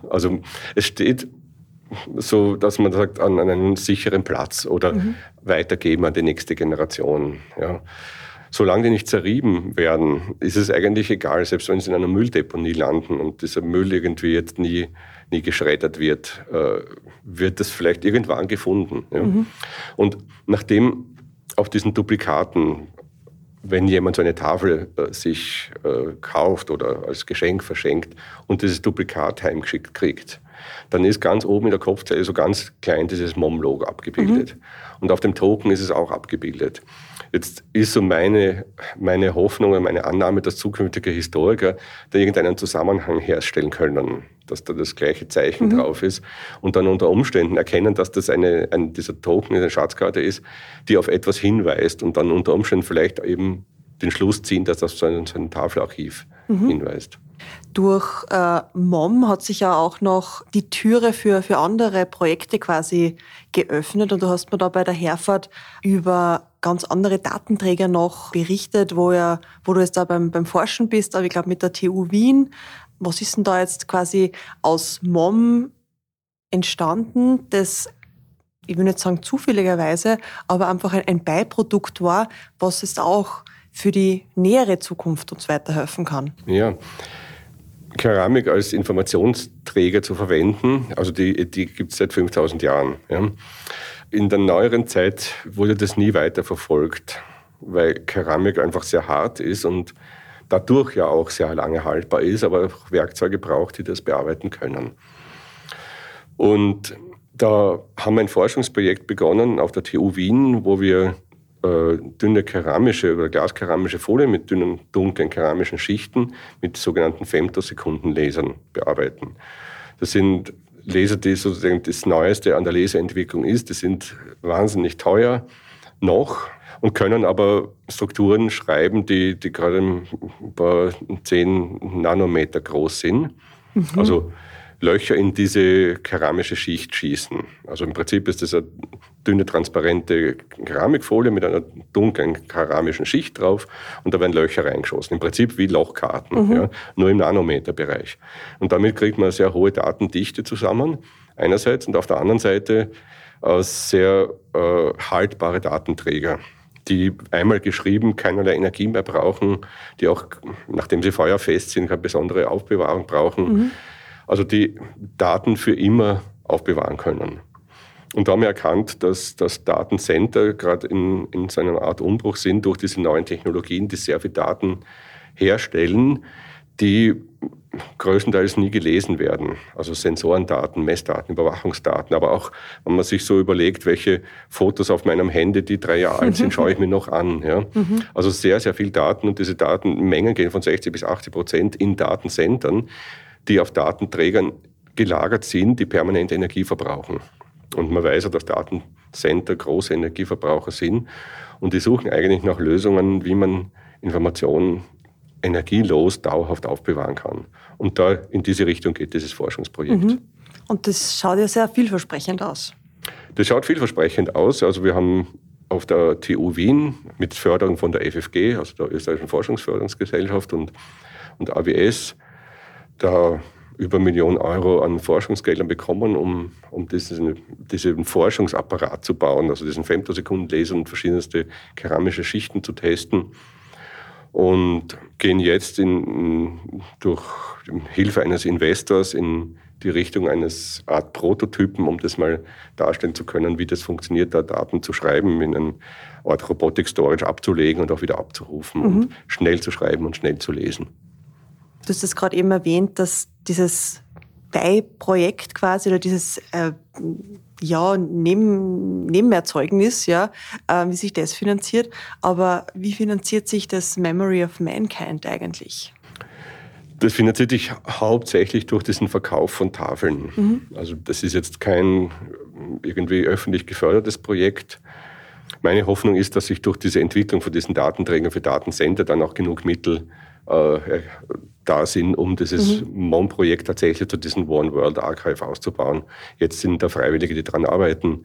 es steht so, dass man sagt, an einem sicheren Platz oder weitergeben an die nächste Generation. Ja. Solange die nicht zerrieben werden, ist es eigentlich egal, selbst wenn sie in einer Mülldeponie landen und dieser Müll irgendwie jetzt nie geschreddert wird, wird es vielleicht irgendwann gefunden. Ja. Und nachdem auf diesen Duplikaten, wenn jemand so eine Tafel sich kauft oder als Geschenk verschenkt und dieses Duplikat heimgeschickt kriegt, dann ist ganz oben in der Kopfzeile so ganz klein dieses MOM-Logo abgebildet. Und auf dem Token ist es auch abgebildet. Jetzt ist so meine Hoffnung oder meine Annahme, dass zukünftige Historiker da irgendeinen Zusammenhang herstellen können, dass da das gleiche Zeichen drauf ist und dann unter Umständen erkennen, dass das dieser Token eine Schatzkarte ist, die auf etwas hinweist und dann unter Umständen vielleicht eben den Schluss ziehen, dass das so ein Tafelarchiv hinweist. Durch MOM hat sich ja auch noch die Türe für andere Projekte quasi geöffnet und du hast mir da bei der Herfahrt über ganz andere Datenträger noch berichtet, wo du jetzt da beim Forschen bist, aber ich glaube mit der TU Wien. Was ist denn da jetzt quasi aus MOM entstanden, das, ich will nicht sagen zufälligerweise, aber einfach ein Beiprodukt war, was es auch für die nähere Zukunft uns weiterhelfen kann? Ja, Keramik als Informationsträger zu verwenden, also die gibt es seit 5000 Jahren. Ja. In der neueren Zeit wurde das nie weiter verfolgt, weil Keramik einfach sehr hart ist und dadurch ja auch sehr lange haltbar ist, aber auch Werkzeuge braucht, die das bearbeiten können. Und da haben wir ein Forschungsprojekt begonnen auf der TU Wien, wo wir dünne keramische oder glaskeramische Folie mit dünnen, dunklen keramischen Schichten mit sogenannten Femtosekundenlasern bearbeiten. Das sind Laser, die sozusagen das Neueste an der Laserentwicklung ist. Die sind wahnsinnig teuer noch und können aber Strukturen schreiben, die gerade ein paar 10 Nanometer groß sind. Also Löcher in diese keramische Schicht schießen. Also im Prinzip ist das eine dünne, transparente Keramikfolie mit einer dunklen keramischen Schicht drauf und da werden Löcher reingeschossen. Im Prinzip wie Lochkarten, ja, nur im Nanometerbereich. Und damit kriegt man eine sehr hohe Datendichte zusammen, einerseits, und auf der anderen Seite sehr haltbare Datenträger, die einmal geschrieben keinerlei Energie mehr brauchen, die auch, nachdem sie feuerfest sind, keine besondere Aufbewahrung brauchen. Also die Daten für immer aufbewahren können. Und da haben wir erkannt, dass das Datencenter gerade in so einer Art Umbruch sind durch diese neuen Technologien, die sehr viel Daten herstellen, die größtenteils nie gelesen werden. Also Sensorendaten, Messdaten, Überwachungsdaten. Aber auch, wenn man sich so überlegt, welche Fotos auf meinem Handy, die 3 Jahre alt sind, schaue ich mir noch an. Ja? Also sehr, sehr viel Daten. Und diese Datenmengen gehen von 60-80% in Datencentern, die auf Datenträgern gelagert sind, die permanent Energie verbrauchen. Und man weiß ja, dass Datencenter große Energieverbraucher sind. Und die suchen eigentlich nach Lösungen, wie man Informationen energielos dauerhaft aufbewahren kann. Und da in diese Richtung geht dieses Forschungsprojekt. Und das schaut ja sehr vielversprechend aus. Das schaut vielversprechend aus. Also wir haben auf der TU Wien mit Förderung von der FFG, also der Österreichischen Forschungsförderungsgesellschaft und AWS, da über 1 Million Euro an Forschungsgeldern bekommen, um diesen Forschungsapparat zu bauen, also diesen Femtosekundenlaser und verschiedenste keramische Schichten zu testen. Und gehen jetzt durch Hilfe eines Investors in die Richtung eines Art Prototypen, um das mal darstellen zu können, wie das funktioniert, da Daten zu schreiben, in eine Art Robotic Storage abzulegen und auch wieder abzurufen und schnell zu schreiben und schnell zu lesen. Du hast es gerade eben erwähnt, dass dieses dein Projekt quasi oder dieses Nebenerzeugnis, wie sich das finanziert. Aber wie finanziert sich das Memory of Mankind eigentlich? Das finanziert sich hauptsächlich durch diesen Verkauf von Tafeln. Also das ist jetzt kein irgendwie öffentlich gefördertes Projekt. Meine Hoffnung ist, dass sich durch diese Entwicklung von diesen Datenträgern für Datencenter dann auch genug Mittel da sind, um dieses MOM-Projekt tatsächlich zu diesem One World Archive auszubauen. Jetzt sind da Freiwillige, die daran arbeiten.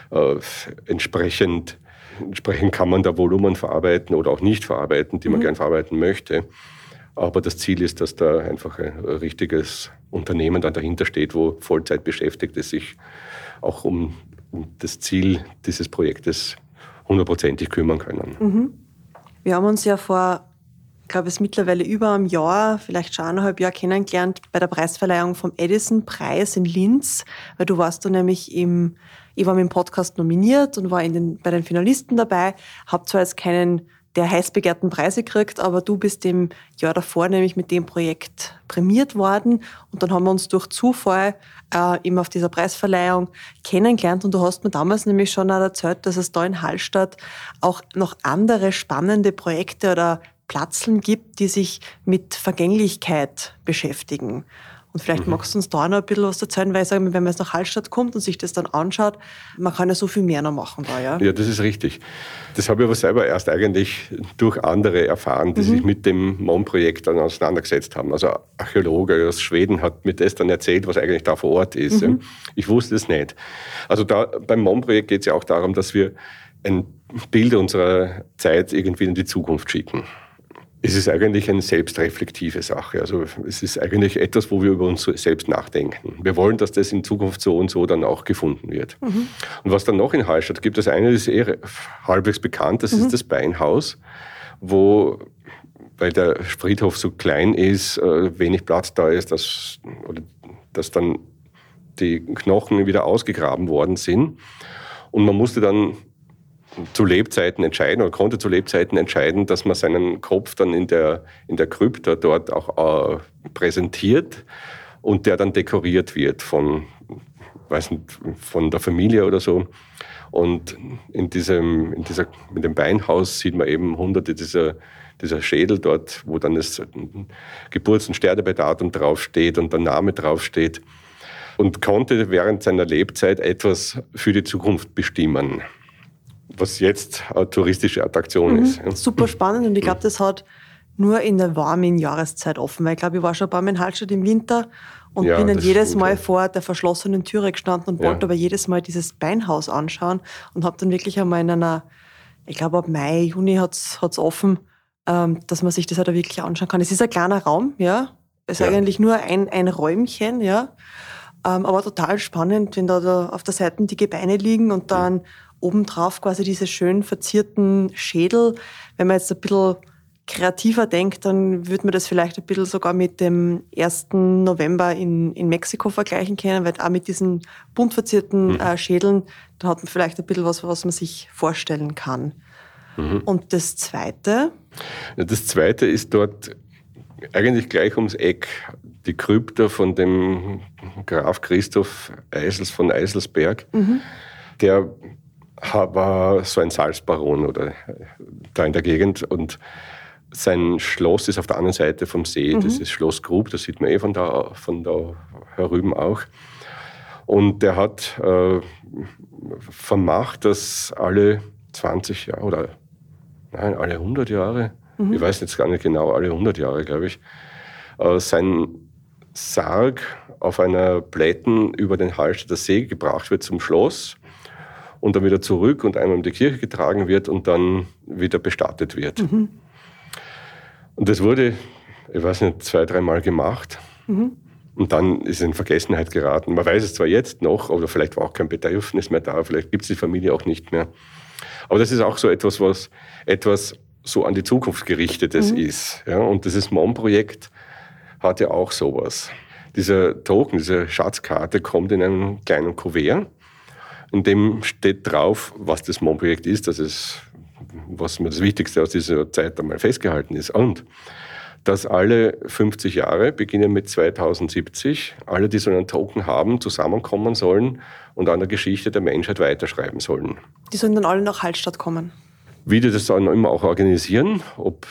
Entsprechend kann man da Volumen verarbeiten oder auch nicht verarbeiten, die man gern verarbeiten möchte. Aber das Ziel ist, dass da einfach ein richtiges Unternehmen dann dahinter steht, wo Vollzeit beschäftigt ist, sich auch um das Ziel dieses Projektes 100%ig kümmern können. Wir haben uns ja vor, ich glaube, es ist mittlerweile über einem Jahr, vielleicht schon 1,5 Jahr kennengelernt bei der Preisverleihung vom Edison-Preis in Linz, weil du warst da nämlich ich war mit dem Podcast nominiert und war bei den Finalisten dabei, habe zwar jetzt keinen der heiß begehrten Preise gekriegt, aber du bist im Jahr davor nämlich mit dem Projekt prämiert worden und dann haben wir uns durch Zufall eben auf dieser Preisverleihung kennengelernt und du hast mir damals nämlich schon auch erzählt, dass es da in Hallstatt auch noch andere spannende Projekte oder Platzeln gibt, die sich mit Vergänglichkeit beschäftigen. Und vielleicht magst du uns da noch ein bisschen was erzählen, weil ich sage, wenn man jetzt nach Hallstatt kommt und sich das dann anschaut, man kann ja so viel mehr noch machen da, ja? Ja, das ist richtig. Das habe ich aber selber erst eigentlich durch andere erfahren, die sich mit dem MOM-Projekt dann auseinandergesetzt haben. Also ein Archäologe aus Schweden hat mir das dann erzählt, was eigentlich da vor Ort ist. Ich wusste es nicht. Also da beim MOM-Projekt geht es ja auch darum, dass wir ein Bild unserer Zeit irgendwie in die Zukunft schicken. Es ist eigentlich eine selbstreflektive Sache. Also es ist eigentlich etwas, wo wir über uns selbst nachdenken. Wir wollen, dass das in Zukunft so und so dann auch gefunden wird. Und was dann noch in Hallstatt gibt, das eine ist halbwegs bekannt, das ist das Beinhaus, wo, weil der Friedhof so klein ist, wenig Platz da ist, dass dann die Knochen wieder ausgegraben worden sind. Und man musste dann zu Lebzeiten entscheiden oder konnte zu Lebzeiten entscheiden, dass man seinen Kopf dann in der Krypta dort auch präsentiert und der dann dekoriert wird von der Familie oder so. Und in dem Beinhaus sieht man eben hunderte dieser Schädel dort, wo dann das Geburts- und Sterbedatum draufsteht und der Name draufsteht und konnte während seiner Lebzeit etwas für die Zukunft bestimmen, was jetzt eine touristische Attraktion ist. Ja. Super spannend und ich glaube, das hat nur in der warmen Jahreszeit offen, weil ich glaube, ich war schon ein paar Mal in Hallstatt im Winter und bin dann jedes Mal vor der verschlossenen Türe gestanden und wollte aber jedes Mal dieses Beinhaus anschauen und habe dann wirklich einmal in einer, ich glaube ab Mai, Juni hat's offen, dass man sich das halt auch wirklich anschauen kann. Es ist ein kleiner Raum, ja, es ist eigentlich nur ein Räumchen, ja, aber total spannend, wenn da auf der Seite die Gebeine liegen und dann obendrauf quasi diese schön verzierten Schädel. Wenn man jetzt ein bisschen kreativer denkt, dann würde man das vielleicht ein bisschen sogar mit dem 1. November in Mexiko vergleichen können, weil auch mit diesen bunt verzierten Schädeln, da hat man vielleicht ein bisschen was man sich vorstellen kann. Und das Zweite? Ja, das Zweite ist dort eigentlich gleich ums Eck. Die Krypta von dem Graf Christoph Eisels von Eiselsberg, der war so ein Salzbaron oder da in der Gegend und sein Schloss ist auf der anderen Seite vom See, das ist Schloss Grub, das sieht man von da herüben auch. Und der hat vermacht, dass alle 20 Jahre oder alle 100 Jahre, ich weiß jetzt gar nicht genau, alle 100 Jahre, glaube ich, sein Sarg auf einer Plätten über den Hallstätter See gebracht wird zum Schloss und dann wieder zurück und einmal in die Kirche getragen wird und dann wieder bestattet wird. Und das wurde, ich weiß nicht, 2-3 Mal gemacht. Und dann ist es in Vergessenheit geraten. Man weiß es zwar jetzt noch, oder vielleicht war auch kein Bedürfnis mehr da, vielleicht gibt es die Familie auch nicht mehr. Aber das ist auch so etwas, was etwas so an die Zukunft gerichtetes ist. Ja, und dieses MOM-Projekt hat ja auch sowas. Dieser Token, diese Schatzkarte kommt in einem kleinen Kuvert. In dem steht drauf, was das MOM-Projekt ist, was mir das Wichtigste aus dieser Zeit einmal festgehalten ist. Und dass alle 50 Jahre, beginnen mit 2070, alle, die so einen Token haben, zusammenkommen sollen und an der Geschichte der Menschheit weiterschreiben sollen. Die sollen dann alle nach Hallstatt kommen? Wie die das dann immer auch organisieren, ob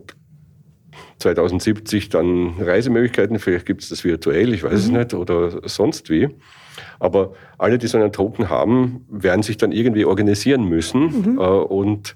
2070 dann Reisemöglichkeiten, vielleicht gibt es das virtuell, ich weiß es nicht, oder sonst wie. Aber alle, die so einen Token haben, werden sich dann irgendwie organisieren müssen und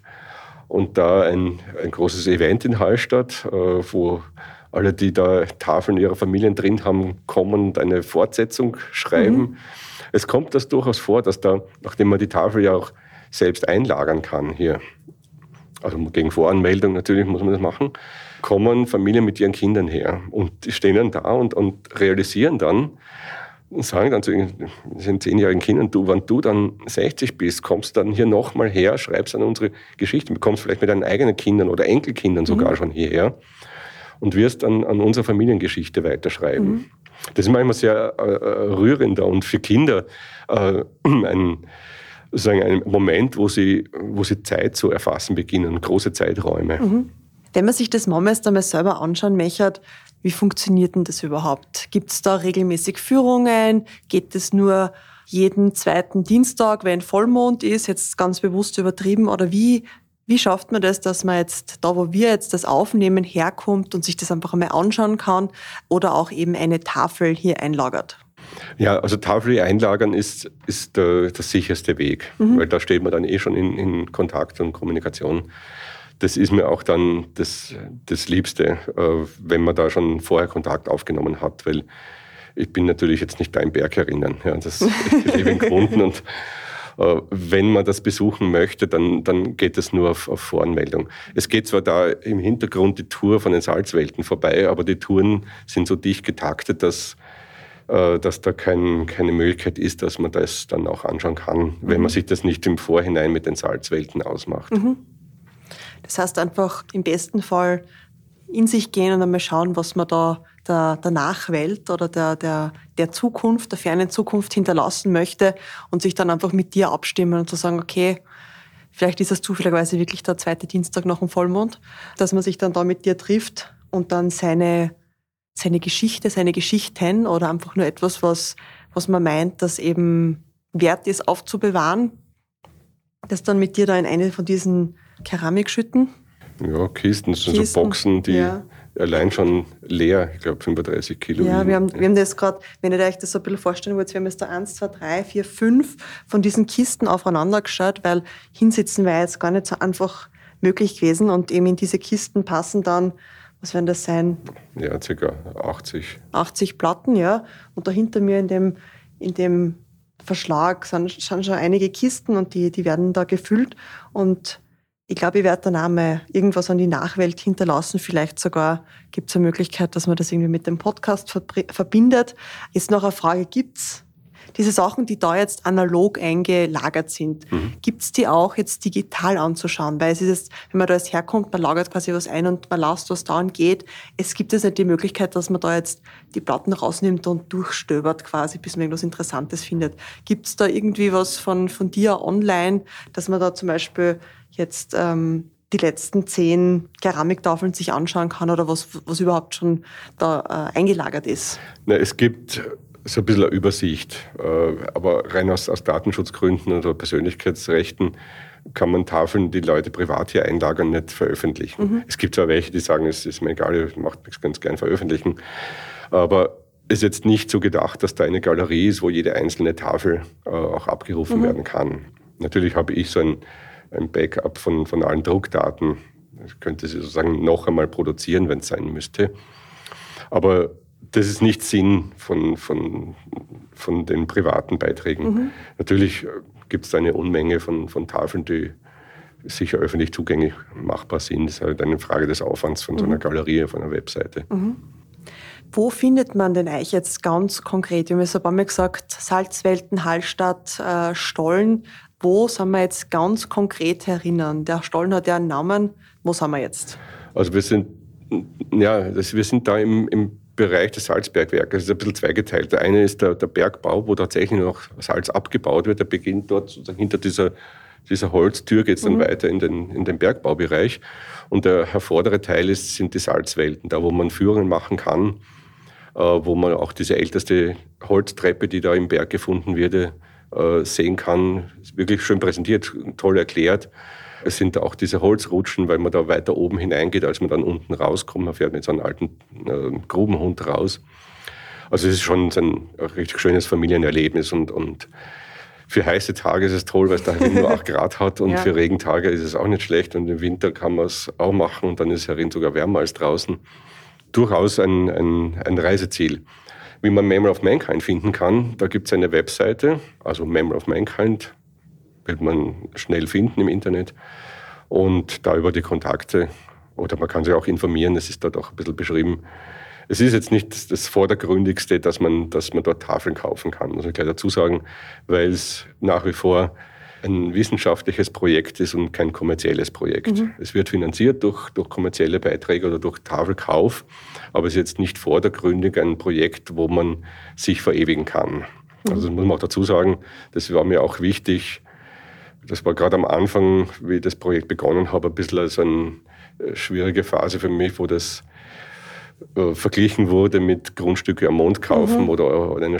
da ein großes Event in Hallstatt, wo alle, die da Tafeln ihrer Familien drin haben, kommen und eine Fortsetzung schreiben. Es kommt das durchaus vor, dass da, nachdem man die Tafel ja auch selbst einlagern kann hier, also gegen Voranmeldung natürlich muss man das machen, kommen Familien mit ihren Kindern her und die stehen dann da und realisieren dann und sagen dann zu ihren 10-jährigen Kindern, wenn du dann 60 bist, kommst dann hier nochmal her, schreibst an unsere Geschichte, kommst vielleicht mit deinen eigenen Kindern oder Enkelkindern sogar schon hierher und wirst an unserer Familiengeschichte weiterschreiben. Das ist manchmal sehr rührender und für Kinder ein Moment, wo sie Zeit zu erfassen beginnen, große Zeiträume. Wenn man sich das Mama jetzt einmal selber anschauen möchte, wie funktioniert denn das überhaupt? Gibt es da regelmäßig Führungen? Geht es nur jeden zweiten Dienstag, wenn Vollmond ist, jetzt ganz bewusst übertrieben? Oder wie schafft man das, dass man jetzt da, wo wir jetzt das aufnehmen, herkommt und sich das einfach einmal anschauen kann oder auch eben eine Tafel hier einlagert? Ja, also Tafel einlagern ist der sicherste Weg, weil da steht man dann schon in Kontakt und Kommunikation. Das ist mir auch dann das Liebste, wenn man da schon vorher Kontakt aufgenommen hat, weil ich bin natürlich jetzt nicht da im Berg herinnen. Ja, ich lebe in Gmunden und wenn man das besuchen möchte, dann geht es nur auf Voranmeldung. Es geht zwar da im Hintergrund die Tour von den Salzwelten vorbei, aber die Touren sind so dicht getaktet, dass da keine Möglichkeit ist, dass man das dann auch anschauen kann, wenn man sich das nicht im Vorhinein mit den Salzwelten ausmacht. Das heißt einfach im besten Fall in sich gehen und einmal schauen, was man da der Nachwelt oder der Zukunft, der fernen Zukunft hinterlassen möchte und sich dann einfach mit dir abstimmen und zu sagen, okay, vielleicht ist es zufälligerweise wirklich der zweite Dienstag nach dem Vollmond, dass man sich dann da mit dir trifft und dann seine Geschichte, seine Geschichten oder einfach nur etwas, was man meint, das eben wert ist, aufzubewahren, das dann mit dir da in eine von diesen Keramikschütten. Ja, Kisten, das sind so Boxen, die allein schon leer, ich glaube 35 Kilo. Ja, wir haben das gerade, wenn ihr euch das so ein bisschen vorstellen wollt, wir haben jetzt da 1, 2, 3, 4, 5 von diesen Kisten aufeinander geschaut, weil hinsitzen wäre jetzt gar nicht so einfach möglich gewesen und eben in diese Kisten passen dann, was werden das sein? Ja, ca. 80. 80 Platten, ja. Und da hinter mir in dem Verschlag sind schon einige Kisten und die werden da gefüllt und ich glaube, ich werde dann auch mal irgendwas an die Nachwelt hinterlassen. Vielleicht sogar gibt es eine Möglichkeit, dass man das irgendwie mit dem Podcast verbindet. Jetzt noch eine Frage, gibt's diese Sachen, die da jetzt analog eingelagert sind, gibt's die auch jetzt digital anzuschauen? Weil es ist jetzt, wenn man da jetzt herkommt, man lagert quasi was ein und man lässt was da und geht. Es gibt jetzt nicht die Möglichkeit, dass man da jetzt die Platten rausnimmt und durchstöbert quasi, bis man irgendwas Interessantes findet. Gibt's da irgendwie was von dir online, dass man da zum Beispiel jetzt die letzten 10 Keramiktafeln sich anschauen kann oder was überhaupt schon da eingelagert ist? Na, es gibt so ein bisschen eine Übersicht, aber rein aus Datenschutzgründen oder Persönlichkeitsrechten kann man Tafeln, die Leute privat hier einlagern, nicht veröffentlichen. Es gibt zwar welche, die sagen, es ist mir egal, ich mache das ganz gern veröffentlichen, aber es ist jetzt nicht so gedacht, dass da eine Galerie ist, wo jede einzelne Tafel auch abgerufen werden kann. Natürlich habe ich so ein Backup von allen Druckdaten. Ich könnte sie sozusagen noch einmal produzieren, wenn es sein müsste. Aber das ist nicht Sinn von den privaten Beiträgen. Natürlich gibt es eine Unmenge von Tafeln, die sicher öffentlich zugänglich machbar sind. Das ist halt eine Frage des Aufwands von so einer Galerie, von einer Webseite. Wo findet man denn euch jetzt ganz konkret? Wir haben es ein paar Mal gesagt, Salzwelten, Hallstatt, Stollen. Wo sind wir jetzt ganz konkret herinnen? Der Stollen hat ja einen Namen. Wo sind wir jetzt? Also wir sind da im Bereich des Salzbergwerkes. Das ist ein bisschen zweigeteilt. Der eine ist der Bergbau, wo tatsächlich noch Salz abgebaut wird. Der beginnt dort sozusagen hinter dieser dieser Holztür geht es dann weiter in den Bergbaubereich. Und der vordere Teil sind die Salzwelten, da wo man Führungen machen kann, wo man auch diese älteste Holztreppe, die da im Berg gefunden wird, sehen kann. Ist wirklich schön präsentiert, toll erklärt. Es sind auch diese Holzrutschen, weil man da weiter oben hineingeht, als man dann unten rauskommt. Man fährt mit so einem alten Grubenhund raus. Also es ist schon ein richtig schönes Familienerlebnis und für heiße Tage ist es toll, weil es da nur 8 Grad hat und für Regentage ist es auch nicht schlecht und im Winter kann man es auch machen und dann ist es herin sogar wärmer als draußen. Durchaus ein Reiseziel. Wie man Memory of Mankind finden kann, da gibt es eine Webseite, also Memory of Mankind, wird man schnell finden im Internet und da über die Kontakte oder man kann sich auch informieren, es ist dort auch ein bisschen beschrieben. Es ist jetzt nicht das Vordergründigste, dass man dort Tafeln kaufen kann, muss ich gleich dazu sagen, weil es nach wie vor ein wissenschaftliches Projekt ist und kein kommerzielles Projekt. Es wird finanziert durch kommerzielle Beiträge oder durch Tafelkauf, aber es ist jetzt nicht vordergründig ein Projekt, wo man sich verewigen kann. Also das muss man auch dazu sagen, das war mir auch wichtig. Das war gerade am Anfang, wie ich das Projekt begonnen habe, ein bisschen als eine schwierige Phase für mich, wo das verglichen wurde mit Grundstücke am Mond kaufen oder einen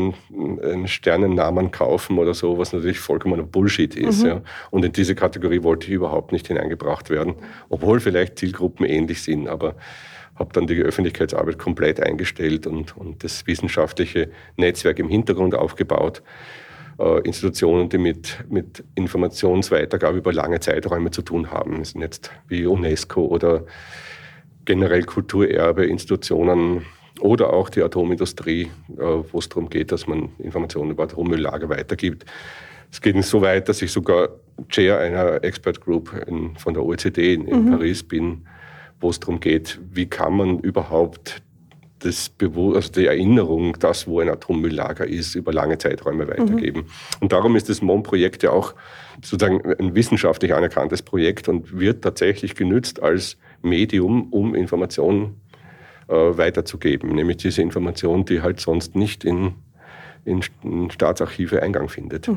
Sternennamen kaufen oder so, was natürlich vollkommener Bullshit ist. Ja. Und in diese Kategorie wollte ich überhaupt nicht hineingebracht werden, obwohl vielleicht Zielgruppen ähnlich sind, aber habe dann die Öffentlichkeitsarbeit komplett eingestellt und das wissenschaftliche Netzwerk im Hintergrund aufgebaut. Institutionen, die mit Informationsweitergabe über lange Zeiträume zu tun haben. Das sind jetzt wie UNESCO oder generell Kulturerbe, Institutionen oder auch die Atomindustrie, wo es darum geht, dass man Informationen über Atommülllager weitergibt. Es geht so weit, dass ich sogar Chair einer Expert Group von der OECD in Paris bin, wo es darum geht, wie kann man überhaupt die Erinnerung, das, wo ein Atommülllager ist, über lange Zeiträume weitergeben. Und darum ist das MOM-Projekt ja auch sozusagen ein wissenschaftlich anerkanntes Projekt und wird tatsächlich genützt als Medium, um Informationen weiterzugeben. Nämlich diese Information, die halt sonst nicht in Staatsarchive Eingang findet.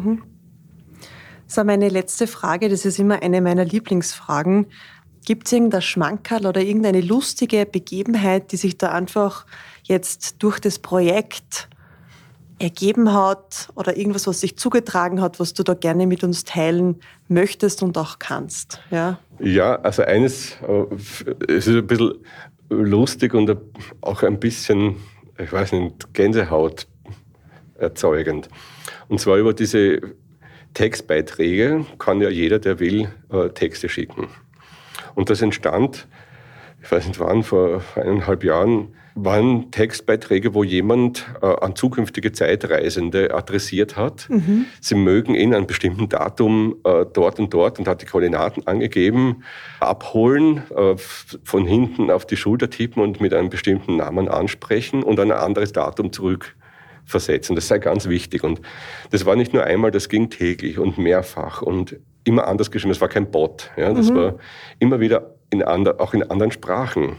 So, meine letzte Frage, das ist immer eine meiner Lieblingsfragen. Gibt es irgendein Schmankerl oder irgendeine lustige Begebenheit, die sich da einfach jetzt durch das Projekt ergeben hat oder irgendwas, was sich zugetragen hat, was du da gerne mit uns teilen möchtest und auch kannst? Ja, also eines, es ist ein bisschen lustig und auch ein bisschen, ich weiß nicht, Gänsehaut erzeugend. Und zwar über diese Textbeiträge kann ja jeder, der will, Texte schicken. Und das entstand, ich weiß nicht wann, vor 1,5 Jahren, waren Textbeiträge, wo jemand an zukünftige Zeitreisende adressiert hat. Sie mögen ihn an einem bestimmten Datum dort und hat die Koordinaten angegeben, abholen, von hinten auf die Schulter tippen und mit einem bestimmten Namen ansprechen und an ein anderes Datum zurückversetzen. Das sei ganz wichtig. Und das war nicht nur einmal, das ging täglich und mehrfach und immer anders geschrieben. Das war kein Bot. Ja, das war immer wieder auch in anderen Sprachen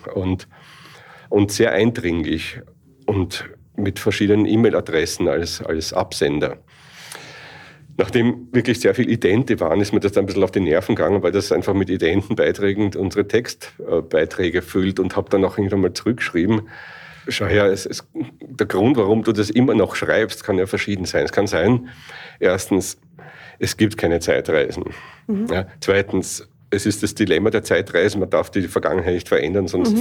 und sehr eindringlich und mit verschiedenen E-Mail-Adressen als Absender. Nachdem wirklich sehr viele Idente waren, ist mir das dann ein bisschen auf die Nerven gegangen, weil das einfach mit Identenbeiträgen unsere Textbeiträge füllt und habe dann auch irgendwann mal zurückgeschrieben, schau her, der Grund, warum du das immer noch schreibst, kann ja verschieden sein. Es kann sein, erstens, es gibt keine Zeitreisen. Ja, zweitens, es ist das Dilemma der Zeitreisen, man darf die Vergangenheit nicht verändern, sonst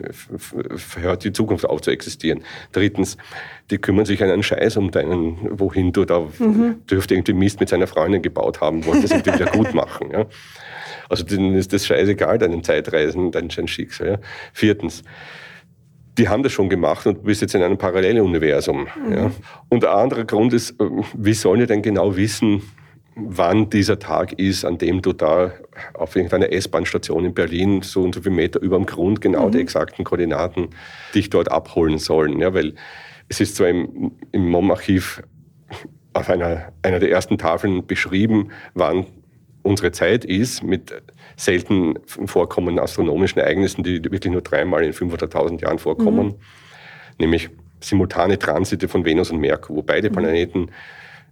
hört die Zukunft auf zu existieren. Drittens, die kümmern sich einen Scheiß um deinen, wohin du da dürfte irgendwie Mist mit seiner Freundin gebaut haben, wollte das irgendwie wieder gut machen. Ja. Also denen ist das scheißegal, deinen Zeitreisen, dein Schicksal. Ja. Viertens, die haben das schon gemacht und du bist jetzt in einem Paralleluniversum. Ja. Und ein anderer Grund ist, wie sollen die denn genau wissen, wann dieser Tag ist, an dem du da auf irgendeiner S-Bahn-Station in Berlin so und so viele Meter über dem Grund genau die exakten Koordinaten dich dort abholen sollen. Ja, weil es ist zwar im MOM-Archiv auf einer der ersten Tafeln beschrieben, wann unsere Zeit ist, mit selten vorkommenden astronomischen Ereignissen, die wirklich nur 3-mal in 500.000 Jahren vorkommen, nämlich simultane Transite von Venus und Merkur, wo beide Planeten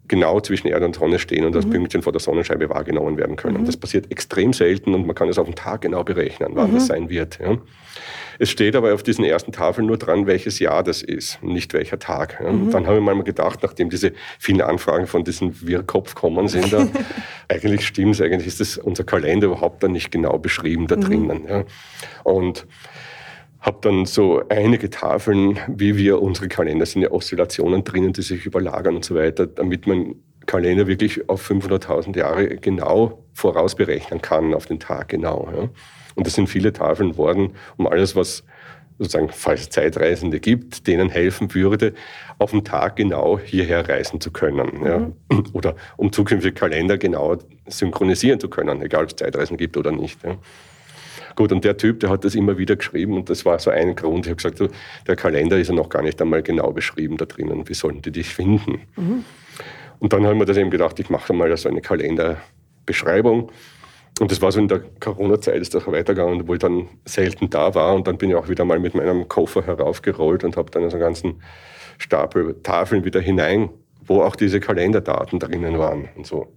genau zwischen Erde und Sonne stehen und als Pünktchen vor der Sonnenscheibe wahrgenommen werden können. Das passiert extrem selten und man kann es auf den Tag genau berechnen, wann das sein wird. Ja. Es steht aber auf diesen ersten Tafeln nur dran, welches Jahr das ist, nicht welcher Tag. Ja. Dann habe ich mir mal gedacht, nachdem diese vielen Anfragen von diesem Wirrkopf kommen sind, eigentlich stimmt's, eigentlich ist das unser Kalender überhaupt dann nicht genau beschrieben da drinnen. Ja. Und habe dann so einige Tafeln, wie wir unsere Kalender sind ja Oszillationen drinnen, die sich überlagern und so weiter, damit man Kalender wirklich auf 500.000 Jahre genau vorausberechnen kann, auf den Tag genau. Ja. Und das sind viele Tafeln worden, um alles, was sozusagen, falls es Zeitreisende gibt, denen helfen würde, auf den Tag genau hierher reisen zu können. Ja. Oder um zukünftige Kalender genau synchronisieren zu können, egal ob es Zeitreisen gibt oder nicht. Ja. Gut, und der Typ, der hat das immer wieder geschrieben und das war so ein Grund. Ich habe gesagt, so, der Kalender ist ja noch gar nicht einmal genau beschrieben da drinnen. Wie sollen die dich finden? Und dann haben wir das eben gedacht, ich mache mal so eine Kalenderbeschreibung. Und das war so in der Corona-Zeit, ist das weitergegangen, wo ich dann selten da war. Und dann bin ich auch wieder mal mit meinem Koffer heraufgerollt und habe dann so einen ganzen Stapel Tafeln wieder hinein, wo auch diese Kalenderdaten drinnen waren und so.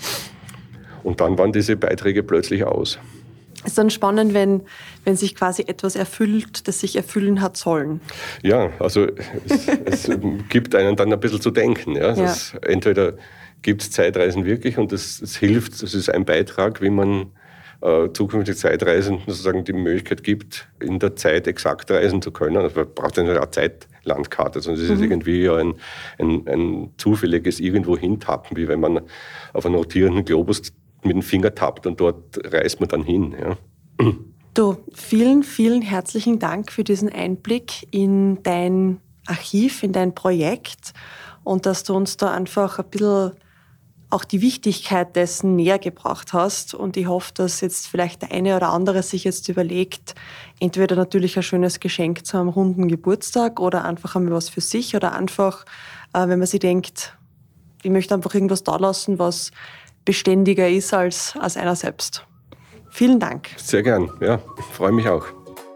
Und dann waren diese Beiträge plötzlich aus. Es ist dann spannend, wenn sich quasi etwas erfüllt, das sich erfüllen hat sollen. Ja, also es gibt einen dann ein bisschen zu denken. Ja. Entweder gibt es Zeitreisen wirklich und es hilft, das ist ein Beitrag, wie man zukünftige Zeitreisenden sozusagen die Möglichkeit gibt, in der Zeit exakt reisen zu können. Also man braucht eine Zeitlandkarte, sondern es ist irgendwie ein zufälliges irgendwo hintappen, wie wenn man auf einen rotierenden Globus mit dem Finger tappt und dort reist man dann hin. Ja. Du, vielen, vielen herzlichen Dank für diesen Einblick in dein Archiv, in dein Projekt und dass du uns da einfach ein bisschen auch die Wichtigkeit dessen näher gebracht hast. Und ich hoffe, dass jetzt vielleicht der eine oder andere sich jetzt überlegt, entweder natürlich ein schönes Geschenk zu einem runden Geburtstag oder einfach einmal was für sich oder einfach, wenn man sich denkt, ich möchte einfach irgendwas da lassen, was beständiger ist als einer selbst. Vielen Dank. Sehr gern, ja, freue mich auch.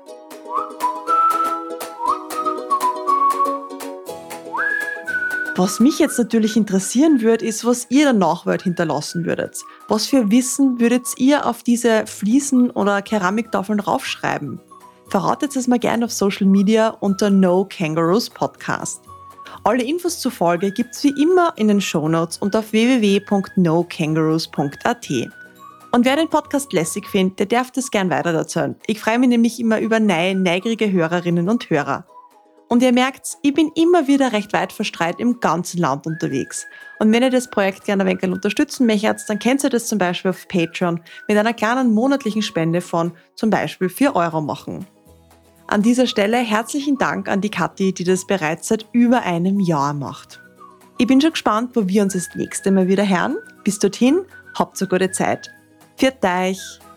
Was mich jetzt natürlich interessieren würde, ist, was ihr der Nachwelt hinterlassen würdet. Was für Wissen würdet ihr auf diese Fliesen oder Keramiktafeln raufschreiben? Verratet es mir gerne auf Social Media unter No Kangaroos Podcast. Alle Infos zur Folge gibt's wie immer in den Shownotes und auf www.nokangaroos.at. Und wer den Podcast lässig findet, der darf das gern weitererzählen. Ich freue mich nämlich immer über neue, neugierige Hörerinnen und Hörer. Und ihr merkt's, ich bin immer wieder recht weit verstreut im ganzen Land unterwegs. Und wenn ihr das Projekt gerne ein wenig unterstützen möchtet, dann könnt ihr das zum Beispiel auf Patreon mit einer kleinen monatlichen Spende von zum Beispiel 4 € machen. An dieser Stelle herzlichen Dank an die Kathi, die das bereits seit über einem Jahr macht. Ich bin schon gespannt, wo wir uns das nächste Mal wieder hören. Bis dorthin, habt eine gute Zeit. Pfiat euch!